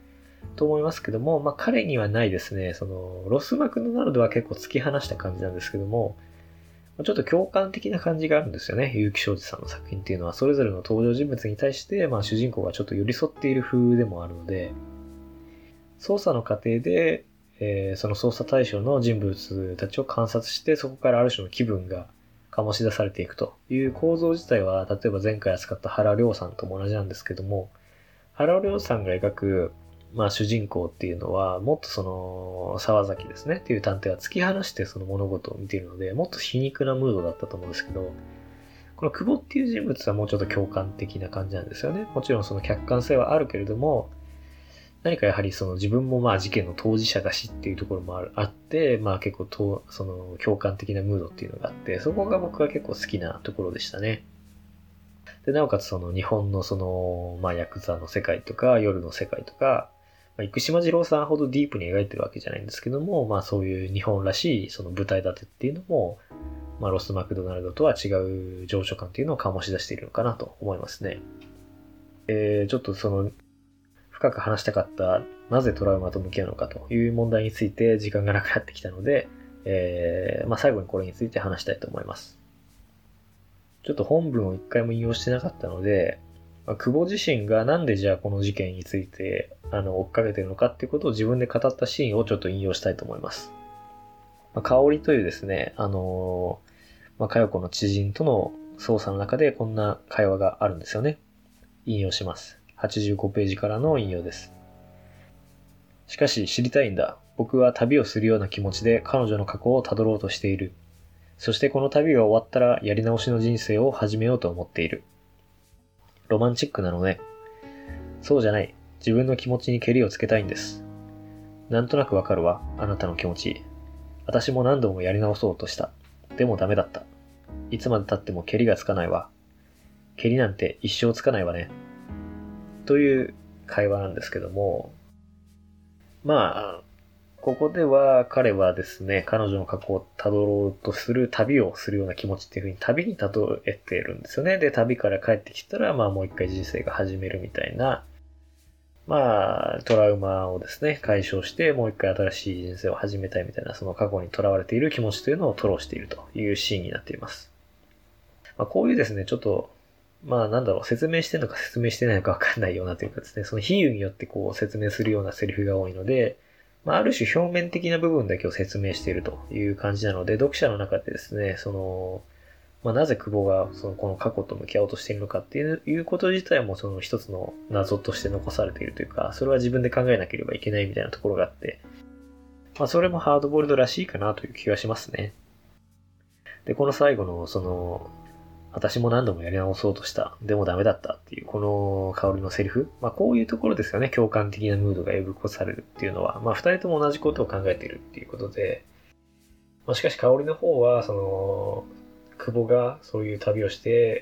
と思いますけども、まあ彼にはないですね、ロス・マクドナルドは結構突き放した感じなんですけども、ちょっと共感的な感じがあるんですよね。結城昌司さんの作品っていうのは、それぞれの登場人物に対して、まあ主人公がちょっと寄り添っている風でもあるので、捜査の過程で、その捜査対象の人物たちを観察して、そこからある種の気分が醸し出されていくという構造自体は、例えば前回扱った原良さんとも同じなんですけども、原良さんが描く、まあ主人公っていうのは、もっと沢崎ですねっていう探偵は突き放してその物事を見ているので、もっと皮肉なムードだったと思うんですけど、この久保っていう人物はもうちょっと共感的な感じなんですよね。もちろんその客観性はあるけれども、何かやはり自分もまあ事件の当事者だしっていうところもあって、まあ結構共感的なムードっていうのがあって、そこが僕は結構好きなところでしたね。で、なおかつ日本のまあヤクザの世界とか夜の世界とか、まあ、生島次郎さんほどディープに描いてるわけじゃないんですけども、まあそういう日本らしい舞台立てっていうのも、まあロスマクドナルドとは違う情緒感っていうのを醸し出しているのかなと思いますね。ちょっと深く話したかったなぜトラウマと向き合うのかという問題について時間がなくなってきたので、まあ最後にこれについて話したいと思います。ちょっと本文を一回も引用してなかったので、まあ、久保自身がなんでじゃあこの事件について追っかけてるのかっていうことを自分で語ったシーンをちょっと引用したいと思います。まあ、香織というですね、まあ、佳代子の知人との捜査の中でこんな会話があるんですよね。引用します。85ページからの引用です。しかし知りたいんだ。僕は旅をするような気持ちで彼女の過去をたどろうとしている。そしてこの旅が終わったらやり直しの人生を始めようと思っている。ロマンチックなのね。そうじゃない。自分の気持ちにけりをつけたいんです。なんとなくわかるわ。あなたの気持ち。私も何度もやり直そうとした。でもダメだった。いつまで経ってもけりがつかないわ。けりなんて一生つかないわね。という会話なんですけども、まあ、ここでは彼はですね、彼女の過去を辿ろうとする旅をするような気持ちっていう風に旅に例えてるんですよね。で、旅から帰ってきたら、まあもう一回人生が始めるみたいな、まあトラウマをですね、解消してもう一回新しい人生を始めたいみたいな、その過去に囚われている気持ちというのを吐露しているというシーンになっています。まあこういうですね、ちょっとまあなんだろう、説明してるのか説明してないのかわかんないようなというかですね、その比喩によってこう説明するようなセリフが多いので、まあある種表面的な部分だけを説明しているという感じなので、読者の中でですね、まあなぜ久保がこの過去と向き合おうとしているのかっていうこと自体も一つの謎として残されているというか、それは自分で考えなければいけないみたいなところがあって、まあそれもハードボイルドらしいかなという気がしますね。で、この最後の私も何度もやり直そうとした。でもダメだったっていう、この香りのセリフ。まあこういうところですよね。共感的なムードが呼び起こされるっていうのは。まあ二人とも同じことを考えているっていうことで。まあしかし香りの方は、久保がそういう旅をして、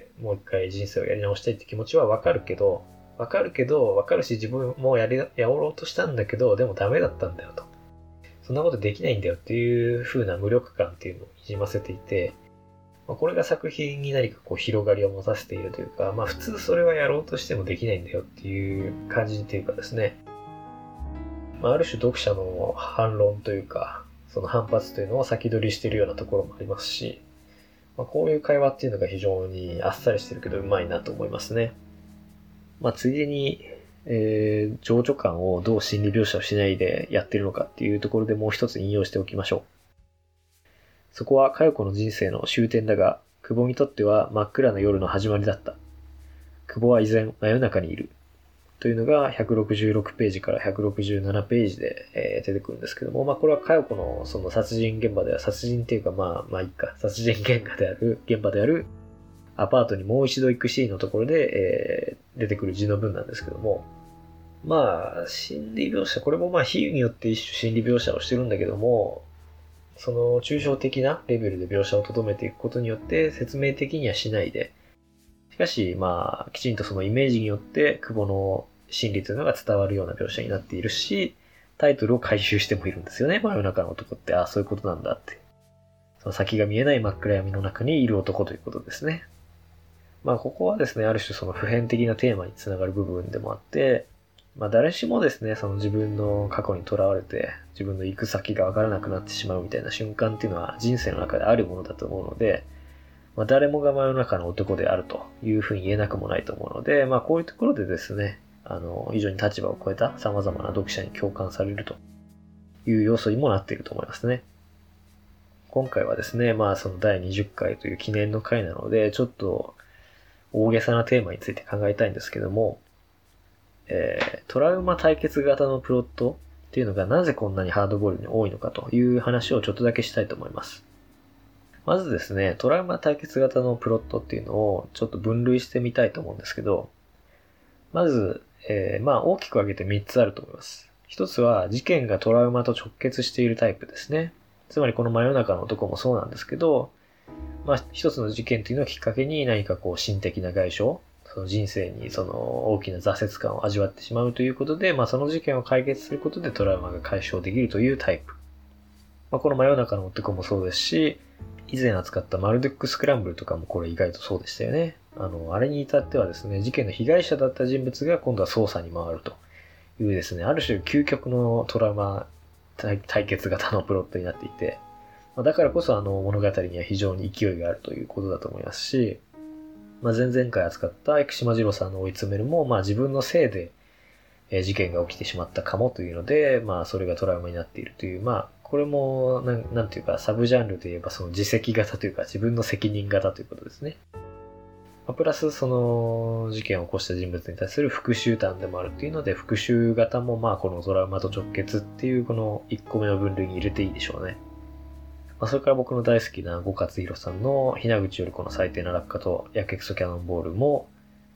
もう一回人生をやり直したいって気持ちはわかるし自分もやろうとしたんだけど、でもダメだったんだよと。そんなことできないんだよっていう風な無力感っていうのをにじませていて、これが作品に何かこう広がりを持たせているというか、まあ普通それはやろうとしてもできないんだよっていう感じというかですね。まあある種読者の反論というか、その反発というのを先取りしているようなところもありますし、まあこういう会話っていうのが非常にあっさりしてるけどうまいなと思いますね。まあついでに、情緒感をどう心理描写をしないでやってるのかっていうところでもう一つ引用しておきましょう。そこは佳代子の人生の終点だが、久保にとっては真っ暗な夜の始まりだった。久保は依然真夜中にいる。というのが166ページから167ページで、出てくるんですけども、まあこれは佳代子のその殺人現場では、殺人っていうかまあいいか、殺人現場であるアパートにもう一度行くシーンのところで、出てくる字の文なんですけども、まあ心理描写、これもまあ比喩によって一種心理描写をしてるんだけども、その抽象的なレベルで描写を留めていくことによって説明的にはしないで、しかしまあきちんとそのイメージによって久保の心理というのが伝わるような描写になっているし、タイトルを回収してもいるんですよね。真夜中の男って、ああそういうことなんだって。その先が見えない真っ暗闇の中にいる男ということですね。まあここはですね、ある種その普遍的なテーマにつながる部分でもあって、 誰しもですね、その自分の過去にとらわれて、自分の行く先がわからなくなってしまうみたいな瞬間っていうのは人生の中であるものだと思うので、誰もが真夜中の男であるというふうに言えなくもないと思うので、こういうところでですね、非常に立場を超えた様々な読者に共感されるという要素にもなっていると思いますね。今回はですね、その第20回という記念の回なので、ちょっと大げさなテーマについて考えたいんですけども、トラウマ対決型のプロットっていうのがなぜこんなにハードボイルドに多いのかという話をちょっとだけしたいと思います。まずですね、トラウマ対決型のプロットっていうのをちょっと分類してみたいと思うんですけど、まず、大きく分けて3つあると思います。一つは事件がトラウマと直結しているタイプですね。つまりこの真夜中の男もそうなんですけど、一つの事件というのをきっかけに何か心的な外傷、その人生にその大きな挫折感を味わってしまうということで、その事件を解決することでトラウマが解消できるというタイプ。この真夜中の男もそうですし、以前扱ったマルドックスクランブルとかもこれ意外とそうでしたよね。あれに至ってはですね、事件の被害者だった人物が今度は捜査に回るというですね、ある種究極のトラウマ対決型のプロットになっていて、だからこそ物語には非常に勢いがあるということだと思いますし、前々回扱った生島次郎さんの追い詰めるも、自分のせいで事件が起きてしまったかもというので、それがトラウマになっているという、これもなんていうか、サブジャンルで言えばその自責型というか自分の責任型ということですね。プラスその事件を起こした人物に対する復讐談でもあるというので、復讐型もこのトラウマと直結っていうこの1個目の分類に入れていいでしょうね。それから僕の大好きな呉勝弘さんのひな口よりこの最低な落下とやけくそキャノンボールも、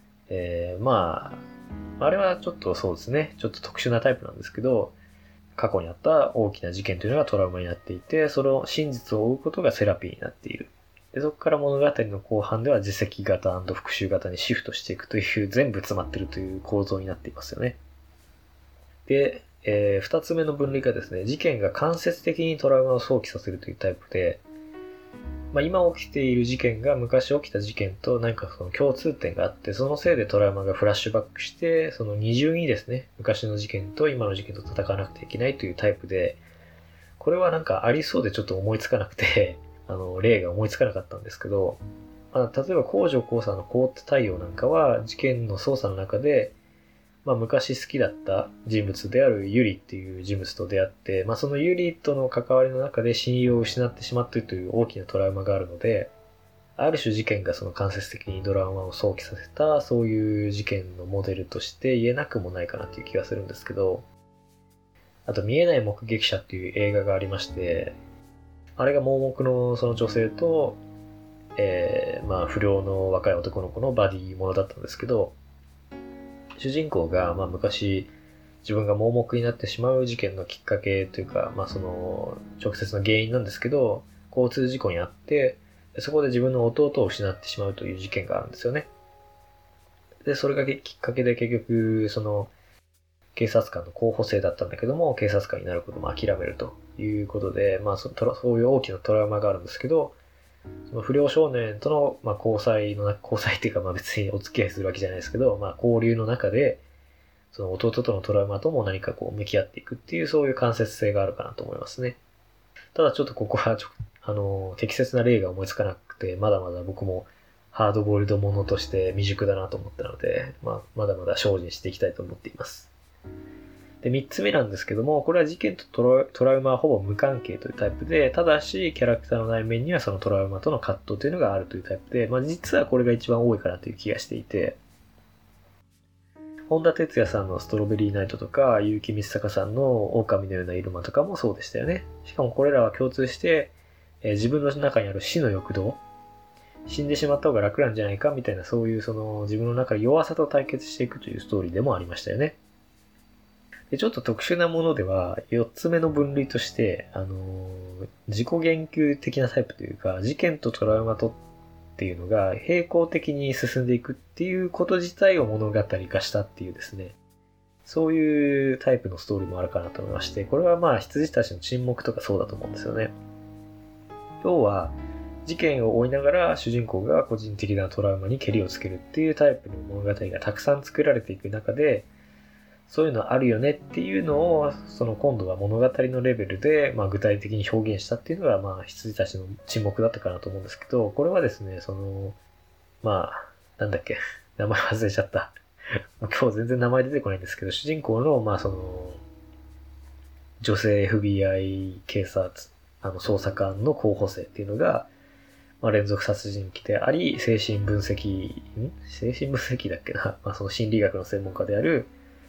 あれはちょっとそうですね、ちょっと特殊なタイプなんですけど、過去にあった大きな事件というのがトラウマになっていて、その真実を追うことがセラピーになっている。で、そこから物語の後半では自責型&復讐型にシフトしていくという全部詰まっているという構造になっていますよね。で、二つ目の分類がですね、事件が間接的にトラウマを想起させるというタイプで、今起きている事件が昔起きた事件と何かその共通点があって、そのせいでトラウマがフラッシュバックして、その二重にですね、昔の事件と今の事件と戦わなくてはいけないというタイプで、これはなんかありそうでちょっと思いつかなくて、例が思いつかなかったんですけど、例えば工場交差の凍った太陽なんかは事件の捜査の中で、昔好きだった人物であるユリっていう人物と出会って、そのユリとの関わりの中で信用を失ってしまっているという大きなトラウマがあるので、ある種事件がその間接的にトラウマを想起させた、そういう事件のモデルとして言えなくもないかなという気がするんですけど、あと見えない目撃者っていう映画がありまして、あれが盲目のその女性と、不良の若い男の子のバディものだったんですけど、主人公が、昔、自分が盲目になってしまう事件のきっかけというか、その、直接の原因なんですけど、交通事故にあって、そこで自分の弟を失ってしまうという事件があるんですよね。で、それがきっかけで結局、その、警察官の候補生だったんだけども、警察官になることも諦めるということで、そういう大きなトラウマがあるんですけど、その不良少年との、交際っていうか、別にお付き合いするわけじゃないですけど、交流の中で、その弟とのトラウマとも何か向き合っていくっていう、そういう間接性があるかなと思いますね。ただちょっとここは適切な例が思いつかなくて、まだまだ僕もハードボイルドものとして未熟だなと思ったので、まだまだ精進していきたいと思っています。で、三つ目なんですけども、これは事件とトラウマはほぼ無関係というタイプで、ただし、キャラクターの内面にはそのトラウマとの葛藤というのがあるというタイプで、実はこれが一番多いかなという気がしていて、本田哲也さんのストロベリーナイトとか、結城光隆さんの狼のようなイルマとかもそうでしたよね。しかもこれらは共通して、自分の中にある死の欲動、死んでしまった方が楽なんじゃないかみたいな、そういうその自分の中で弱さと対決していくというストーリーでもありましたよね。で、ちょっと特殊なものでは、4つ目の分類として、自己言及的なタイプというか、事件とトラウマとっていうのが並行的に進んでいくっていうこと自体を物語化したっていうですね、そういうタイプのストーリーもあるかなと思いまして、これは羊たちの沈黙とかそうだと思うんですよね。要は、事件を追いながら主人公が個人的なトラウマにケリをつけるっていうタイプの物語がたくさん作られていく中で、 そういうのあるよねっていうのを、今度は物語のレベルで、具体的に表現したっていうのが、羊たちの沈黙だったかなと思うんですけど、これはですね、なんだっけ、名前忘れちゃった。今日全然名前出てこないんですけど、主人公の、女性 FBI 警察、捜査官の候補生っていうのが、連続殺人鬼であり、精神分析だっけな、その心理学の専門家である、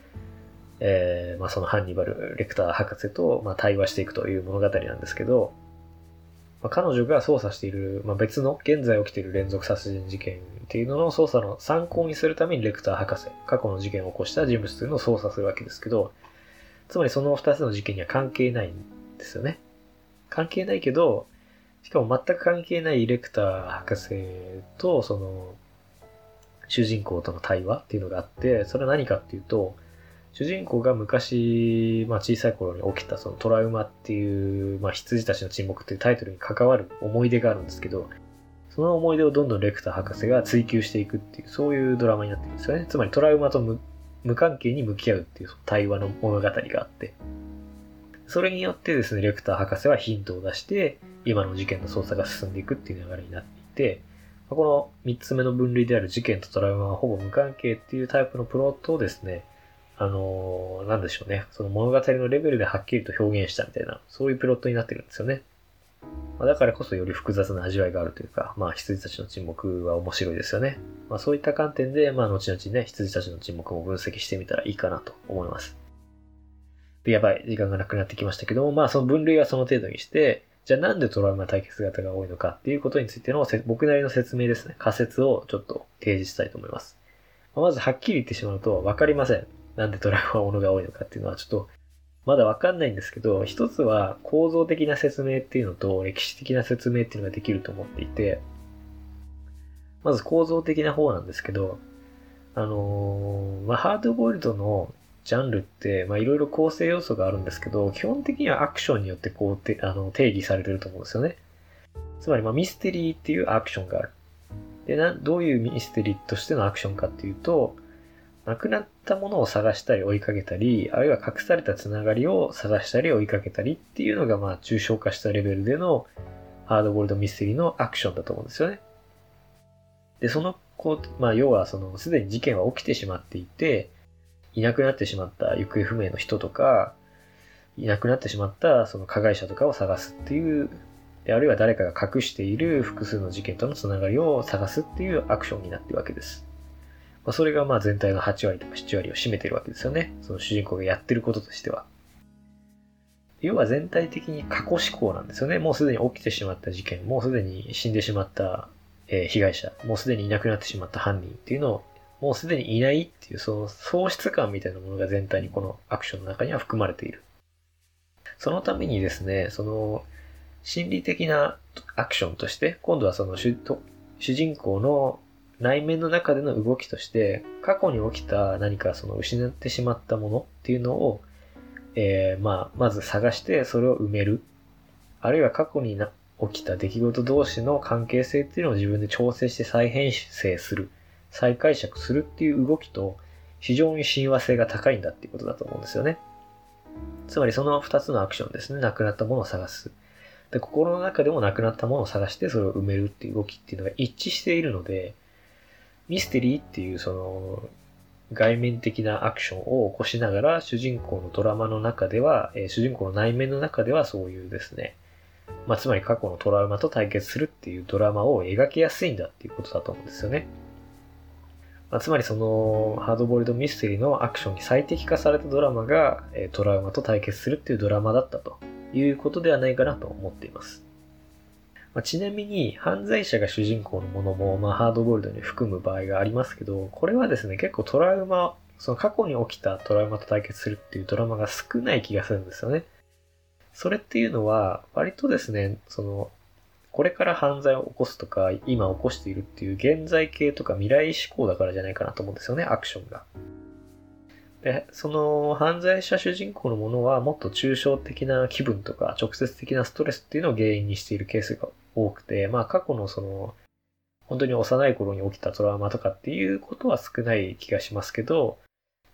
そのハンニバル・レクター博士と、対話していくという物語なんですけど、彼女が捜査している、別の現在起きている連続殺人事件っていうのの捜査の参考にするためにレクター博士、過去の事件を起こした人物というのを捜査するわけですけど、つまりその2つの事件には関係ないんですよね。関係ないけど、しかも全く関係ないレクター博士と主人公との対話っていうのがあって、それは何かっていうと、主人公が昔、小さい頃に起きたそのトラウマっていう、羊たちの沈黙っていうタイトルに関わる思い出があるんですけど、その思い出をどんどんレクター博士が追求していくっていう、そういうドラマになってるんですよね。つまりトラウマと無関係に向き合うっていう対話の物語があって、それによってですね、レクター博士はヒントを出して、今の事件の捜査が進んでいくっていう流れになっていて、この3つ目の分類である事件とトラウマはほぼ無関係っていうタイプのプロットをですね、なんでしょうね、その物語のレベルではっきりと表現したみたいな、そういうプロットになってるんですよね。だからこそより複雑な味わいがあるというか、羊たちの沈黙は面白いですよね。そういった観点で、後々ね、羊たちの沈黙も分析してみたらいいかなと思います。で、やばい、時間がなくなってきましたけども、その分類はその程度にして、じゃあなんでトラウマ対決型が多いのかっていうことについての僕なりの説明ですね、仮説をちょっと提示したいと思います。まずはっきり言ってしまうと分かりません。なんでトラウマものが多いのかっていうのはちょっとまだ分かんないんですけど、一つは構造的な説明っていうのと歴史的な説明っていうのができると思っていて、まず構造的な方なんですけど、ハードボイルドのジャンルって、いろいろ構成要素があるんですけど、基本的にはアクションによって定義されてると思うんですよね。つまり、ミステリーっていうアクションがある。で、どういうミステリーとしてのアクションかっていうと、亡くなったものを探したり追いかけたり、あるいは隠されたつながりを探したり追いかけたりっていうのが、抽象化したレベルでのハードボイルドミステリーのアクションだと思うんですよね。で、要はすでに事件は起きてしまっていて、いなくなってしまった行方不明の人とか、いなくなってしまったその加害者とかを探すっていう、あるいは誰かが隠している複数の事件とのつながりを探すっていうアクションになっているわけです。それが全体の8割とか7割を占めているわけですよね。その主人公がやってることとしては。要は全体的に過去思考なんですよね。もうすでに起きてしまった事件、もうすでに死んでしまった被害者、もうすでにいなくなってしまった犯人っていうのを、もうすでにいないっていうその喪失感みたいなものが全体にこのアクションの中には含まれている。そのためにですね、心理的なアクションとして、今度は主人公の内面の中での動きとして、過去に起きた何か失ってしまったものっていうのを、まず探してそれを埋める。あるいは過去に起きた出来事同士の関係性っていうのを自分で調整して再編成する。再解釈するっていう動きと非常に親和性が高いんだっていうことだと思うんですよね。つまりその2つのアクションですね。亡くなったものを探す。で、心の中でも亡くなったものを探してそれを埋めるっていう動きっていうのが一致しているので、ミステリーっていう外面的なアクションを起こしながら主人公のドラマの中では、主人公の内面の中ではそういうですね、つまり過去のトラウマと対決するっていうドラマを描きやすいんだっていうことだと思うんですよね。つまりハードボイルドミステリーのアクションに最適化されたドラマが、トラウマと対決するっていうドラマだったということではないかなと思っています。ちなみに、犯罪者が主人公のものも、ハードボイルドに含む場合がありますけど、これはですね、結構トラウマ、過去に起きたトラウマと対決するっていうドラマが少ない気がするんですよね。それっていうのは、割とですね、これから犯罪を起こすとか、今起こしているっていう現在形とか未来志向だからじゃないかなと思うんですよね、アクションが。で、犯罪者主人公のものはもっと抽象的な気分とか直接的なストレスっていうのを原因にしているケースが多くて、過去の本当に幼い頃に起きたトラウマとかっていうことは少ない気がしますけど、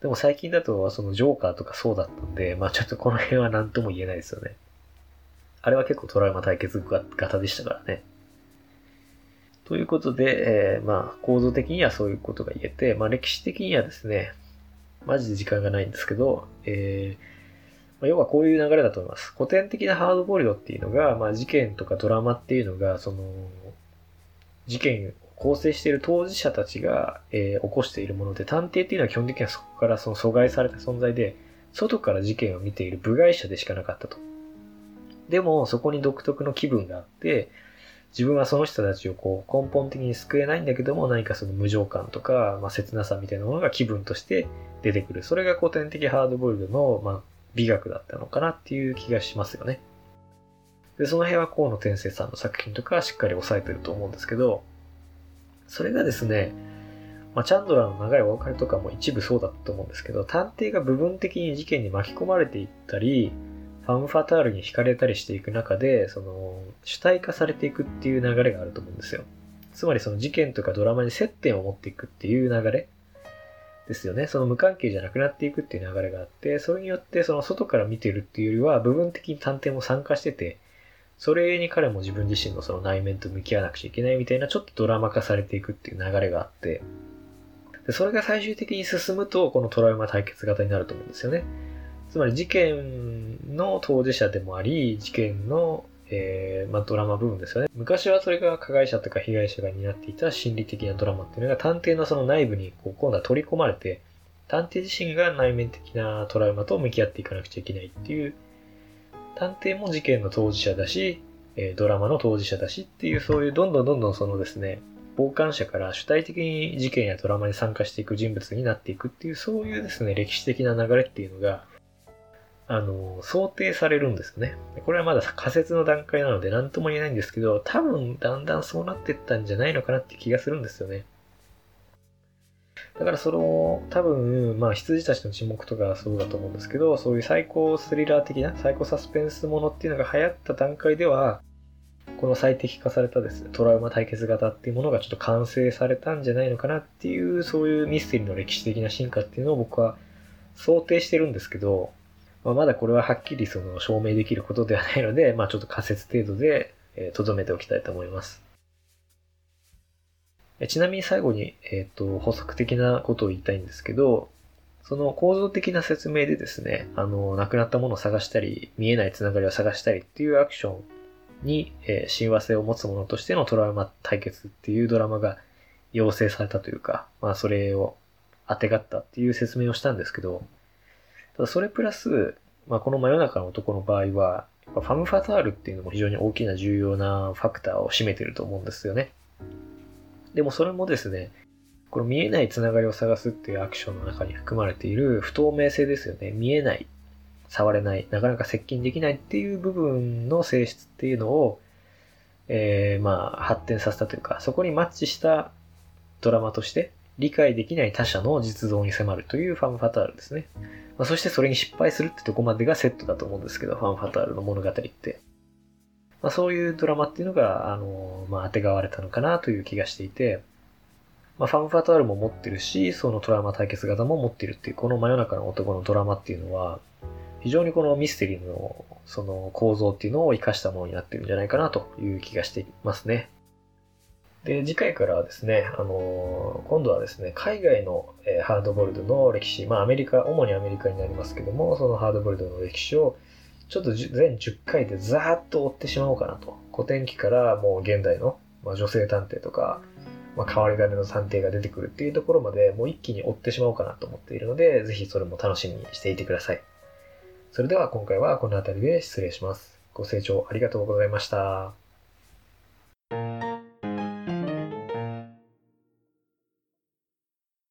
でも最近だとそのジョーカーとかそうだったんで、ちょっとこの辺は何とも言えないですよね。あれは結構トラウマ対決型でしたからね。ということで、構造的にはそういうことが言えて、歴史的にはですね、マジで時間がないんですけど、要はこういう流れだと思います。古典的なハードボイルドっていうのが、事件とかドラマっていうのが、事件を構成している当事者たちが、起こしているもので、探偵っていうのは基本的にはそこから阻害された存在で、外から事件を見ている部外者でしかなかったと。でも、そこに独特の気分があって、自分はその人たちを根本的に救えないんだけども、何かその無情感とか、切なさみたいなものが気分として出てくる。それが古典的ハードボイルドの、美学だったのかなっていう気がしますよね。で、その辺は河野天聖さんの作品とかしっかり抑えてると思うんですけど、それがですね、チャンドラーの長いお別れとかも一部そうだったと思うんですけど、探偵が部分的に事件に巻き込まれていったり、ファム・ファタールに惹かれたりしていく中で、主体化されていくっていう流れがあると思うんですよ。つまりその事件とかドラマに接点を持っていくっていう流れですよね。その無関係じゃなくなっていくっていう流れがあって、それによってその外から見てるっていうよりは、部分的に探偵も参加してて、それに彼も自分自身のその内面と向き合わなくちゃいけないみたいな、ちょっとドラマ化されていくっていう流れがあって、でそれが最終的に進むと、このトラウマ対決型になると思うんですよね。つまり事件の当事者でもあり、事件の、ドラマ部分ですよね。昔はそれが加害者とか被害者が担っていた心理的なドラマっていうのが探偵のその内部に今度は取り込まれて、探偵自身が内面的なトラウマと向き合っていかなくちゃいけないっていう、探偵も事件の当事者だし、ドラマの当事者だしっていう、そういうどんどんそのですね、傍観者から主体的に事件やドラマに参加していく人物になっていくっていう、そういうですね、歴史的な流れっていうのが、想定されるんですよね。これはまだ仮説の段階なので何とも言えないんですけど、多分だんだんそうなっていったんじゃないのかなって気がするんですよね。だから多分、羊たちの沈黙とかそうだと思うんですけど、そういうサイコスリラー的な、サイコサスペンスものっていうのが流行った段階では、この最適化されたですね、トラウマ対決型っていうものがちょっと完成されたんじゃないのかなっていう、そういうミステリーの歴史的な進化っていうのを僕は想定してるんですけど、まだこれははっきり証明できることではないので、ちょっと仮説程度で留めておきたいと思います。ちなみに最後に、補足的なことを言いたいんですけど、その構造的な説明でですね、亡くなったものを探したり、見えないつながりを探したりっていうアクションに、親和性を持つものとしてのトラウマ対決っていうドラマが要請されたというか、それを当てがったっていう説明をしたんですけど、ただそれプラス、この真夜中の男の場合は、ファム・ファタールっていうのも非常に大きな重要なファクターを占めていると思うんですよね。でもそれもですね、この見えないつながりを探すっていうアクションの中に含まれている不透明性ですよね。見えない、触れない、なかなか接近できないっていう部分の性質っていうのを、発展させたというか、そこにマッチしたドラマとして理解できない他者の実像に迫るというファム・ファタールですね。そしてそれに失敗するってとこまでがセットだと思うんですけど、ファム・ファタールの物語って。そういうドラマっていうのが、当てがわれたのかなという気がしていて、ファム・ファタールも持ってるし、そのトラウマ対決型も持っているっていう、この真夜中の男のドラマっていうのは、非常にこのミステリーのその構造っていうのを活かしたものになってるんじゃないかなという気がしていますね。で、次回からはですね、今度はですね、海外のハードボイルドの歴史、主にアメリカになりますけども、そのハードボイルドの歴史をちょっと全10回でざーっと追ってしまおうかなと。古典期からもう現代の、女性探偵とか、変わり種の探偵が出てくるっていうところまでもう一気に追ってしまおうかなと思っているので、ぜひそれも楽しみにしていてください。それでは今回はこの辺りで失礼します。ご清聴ありがとうございました。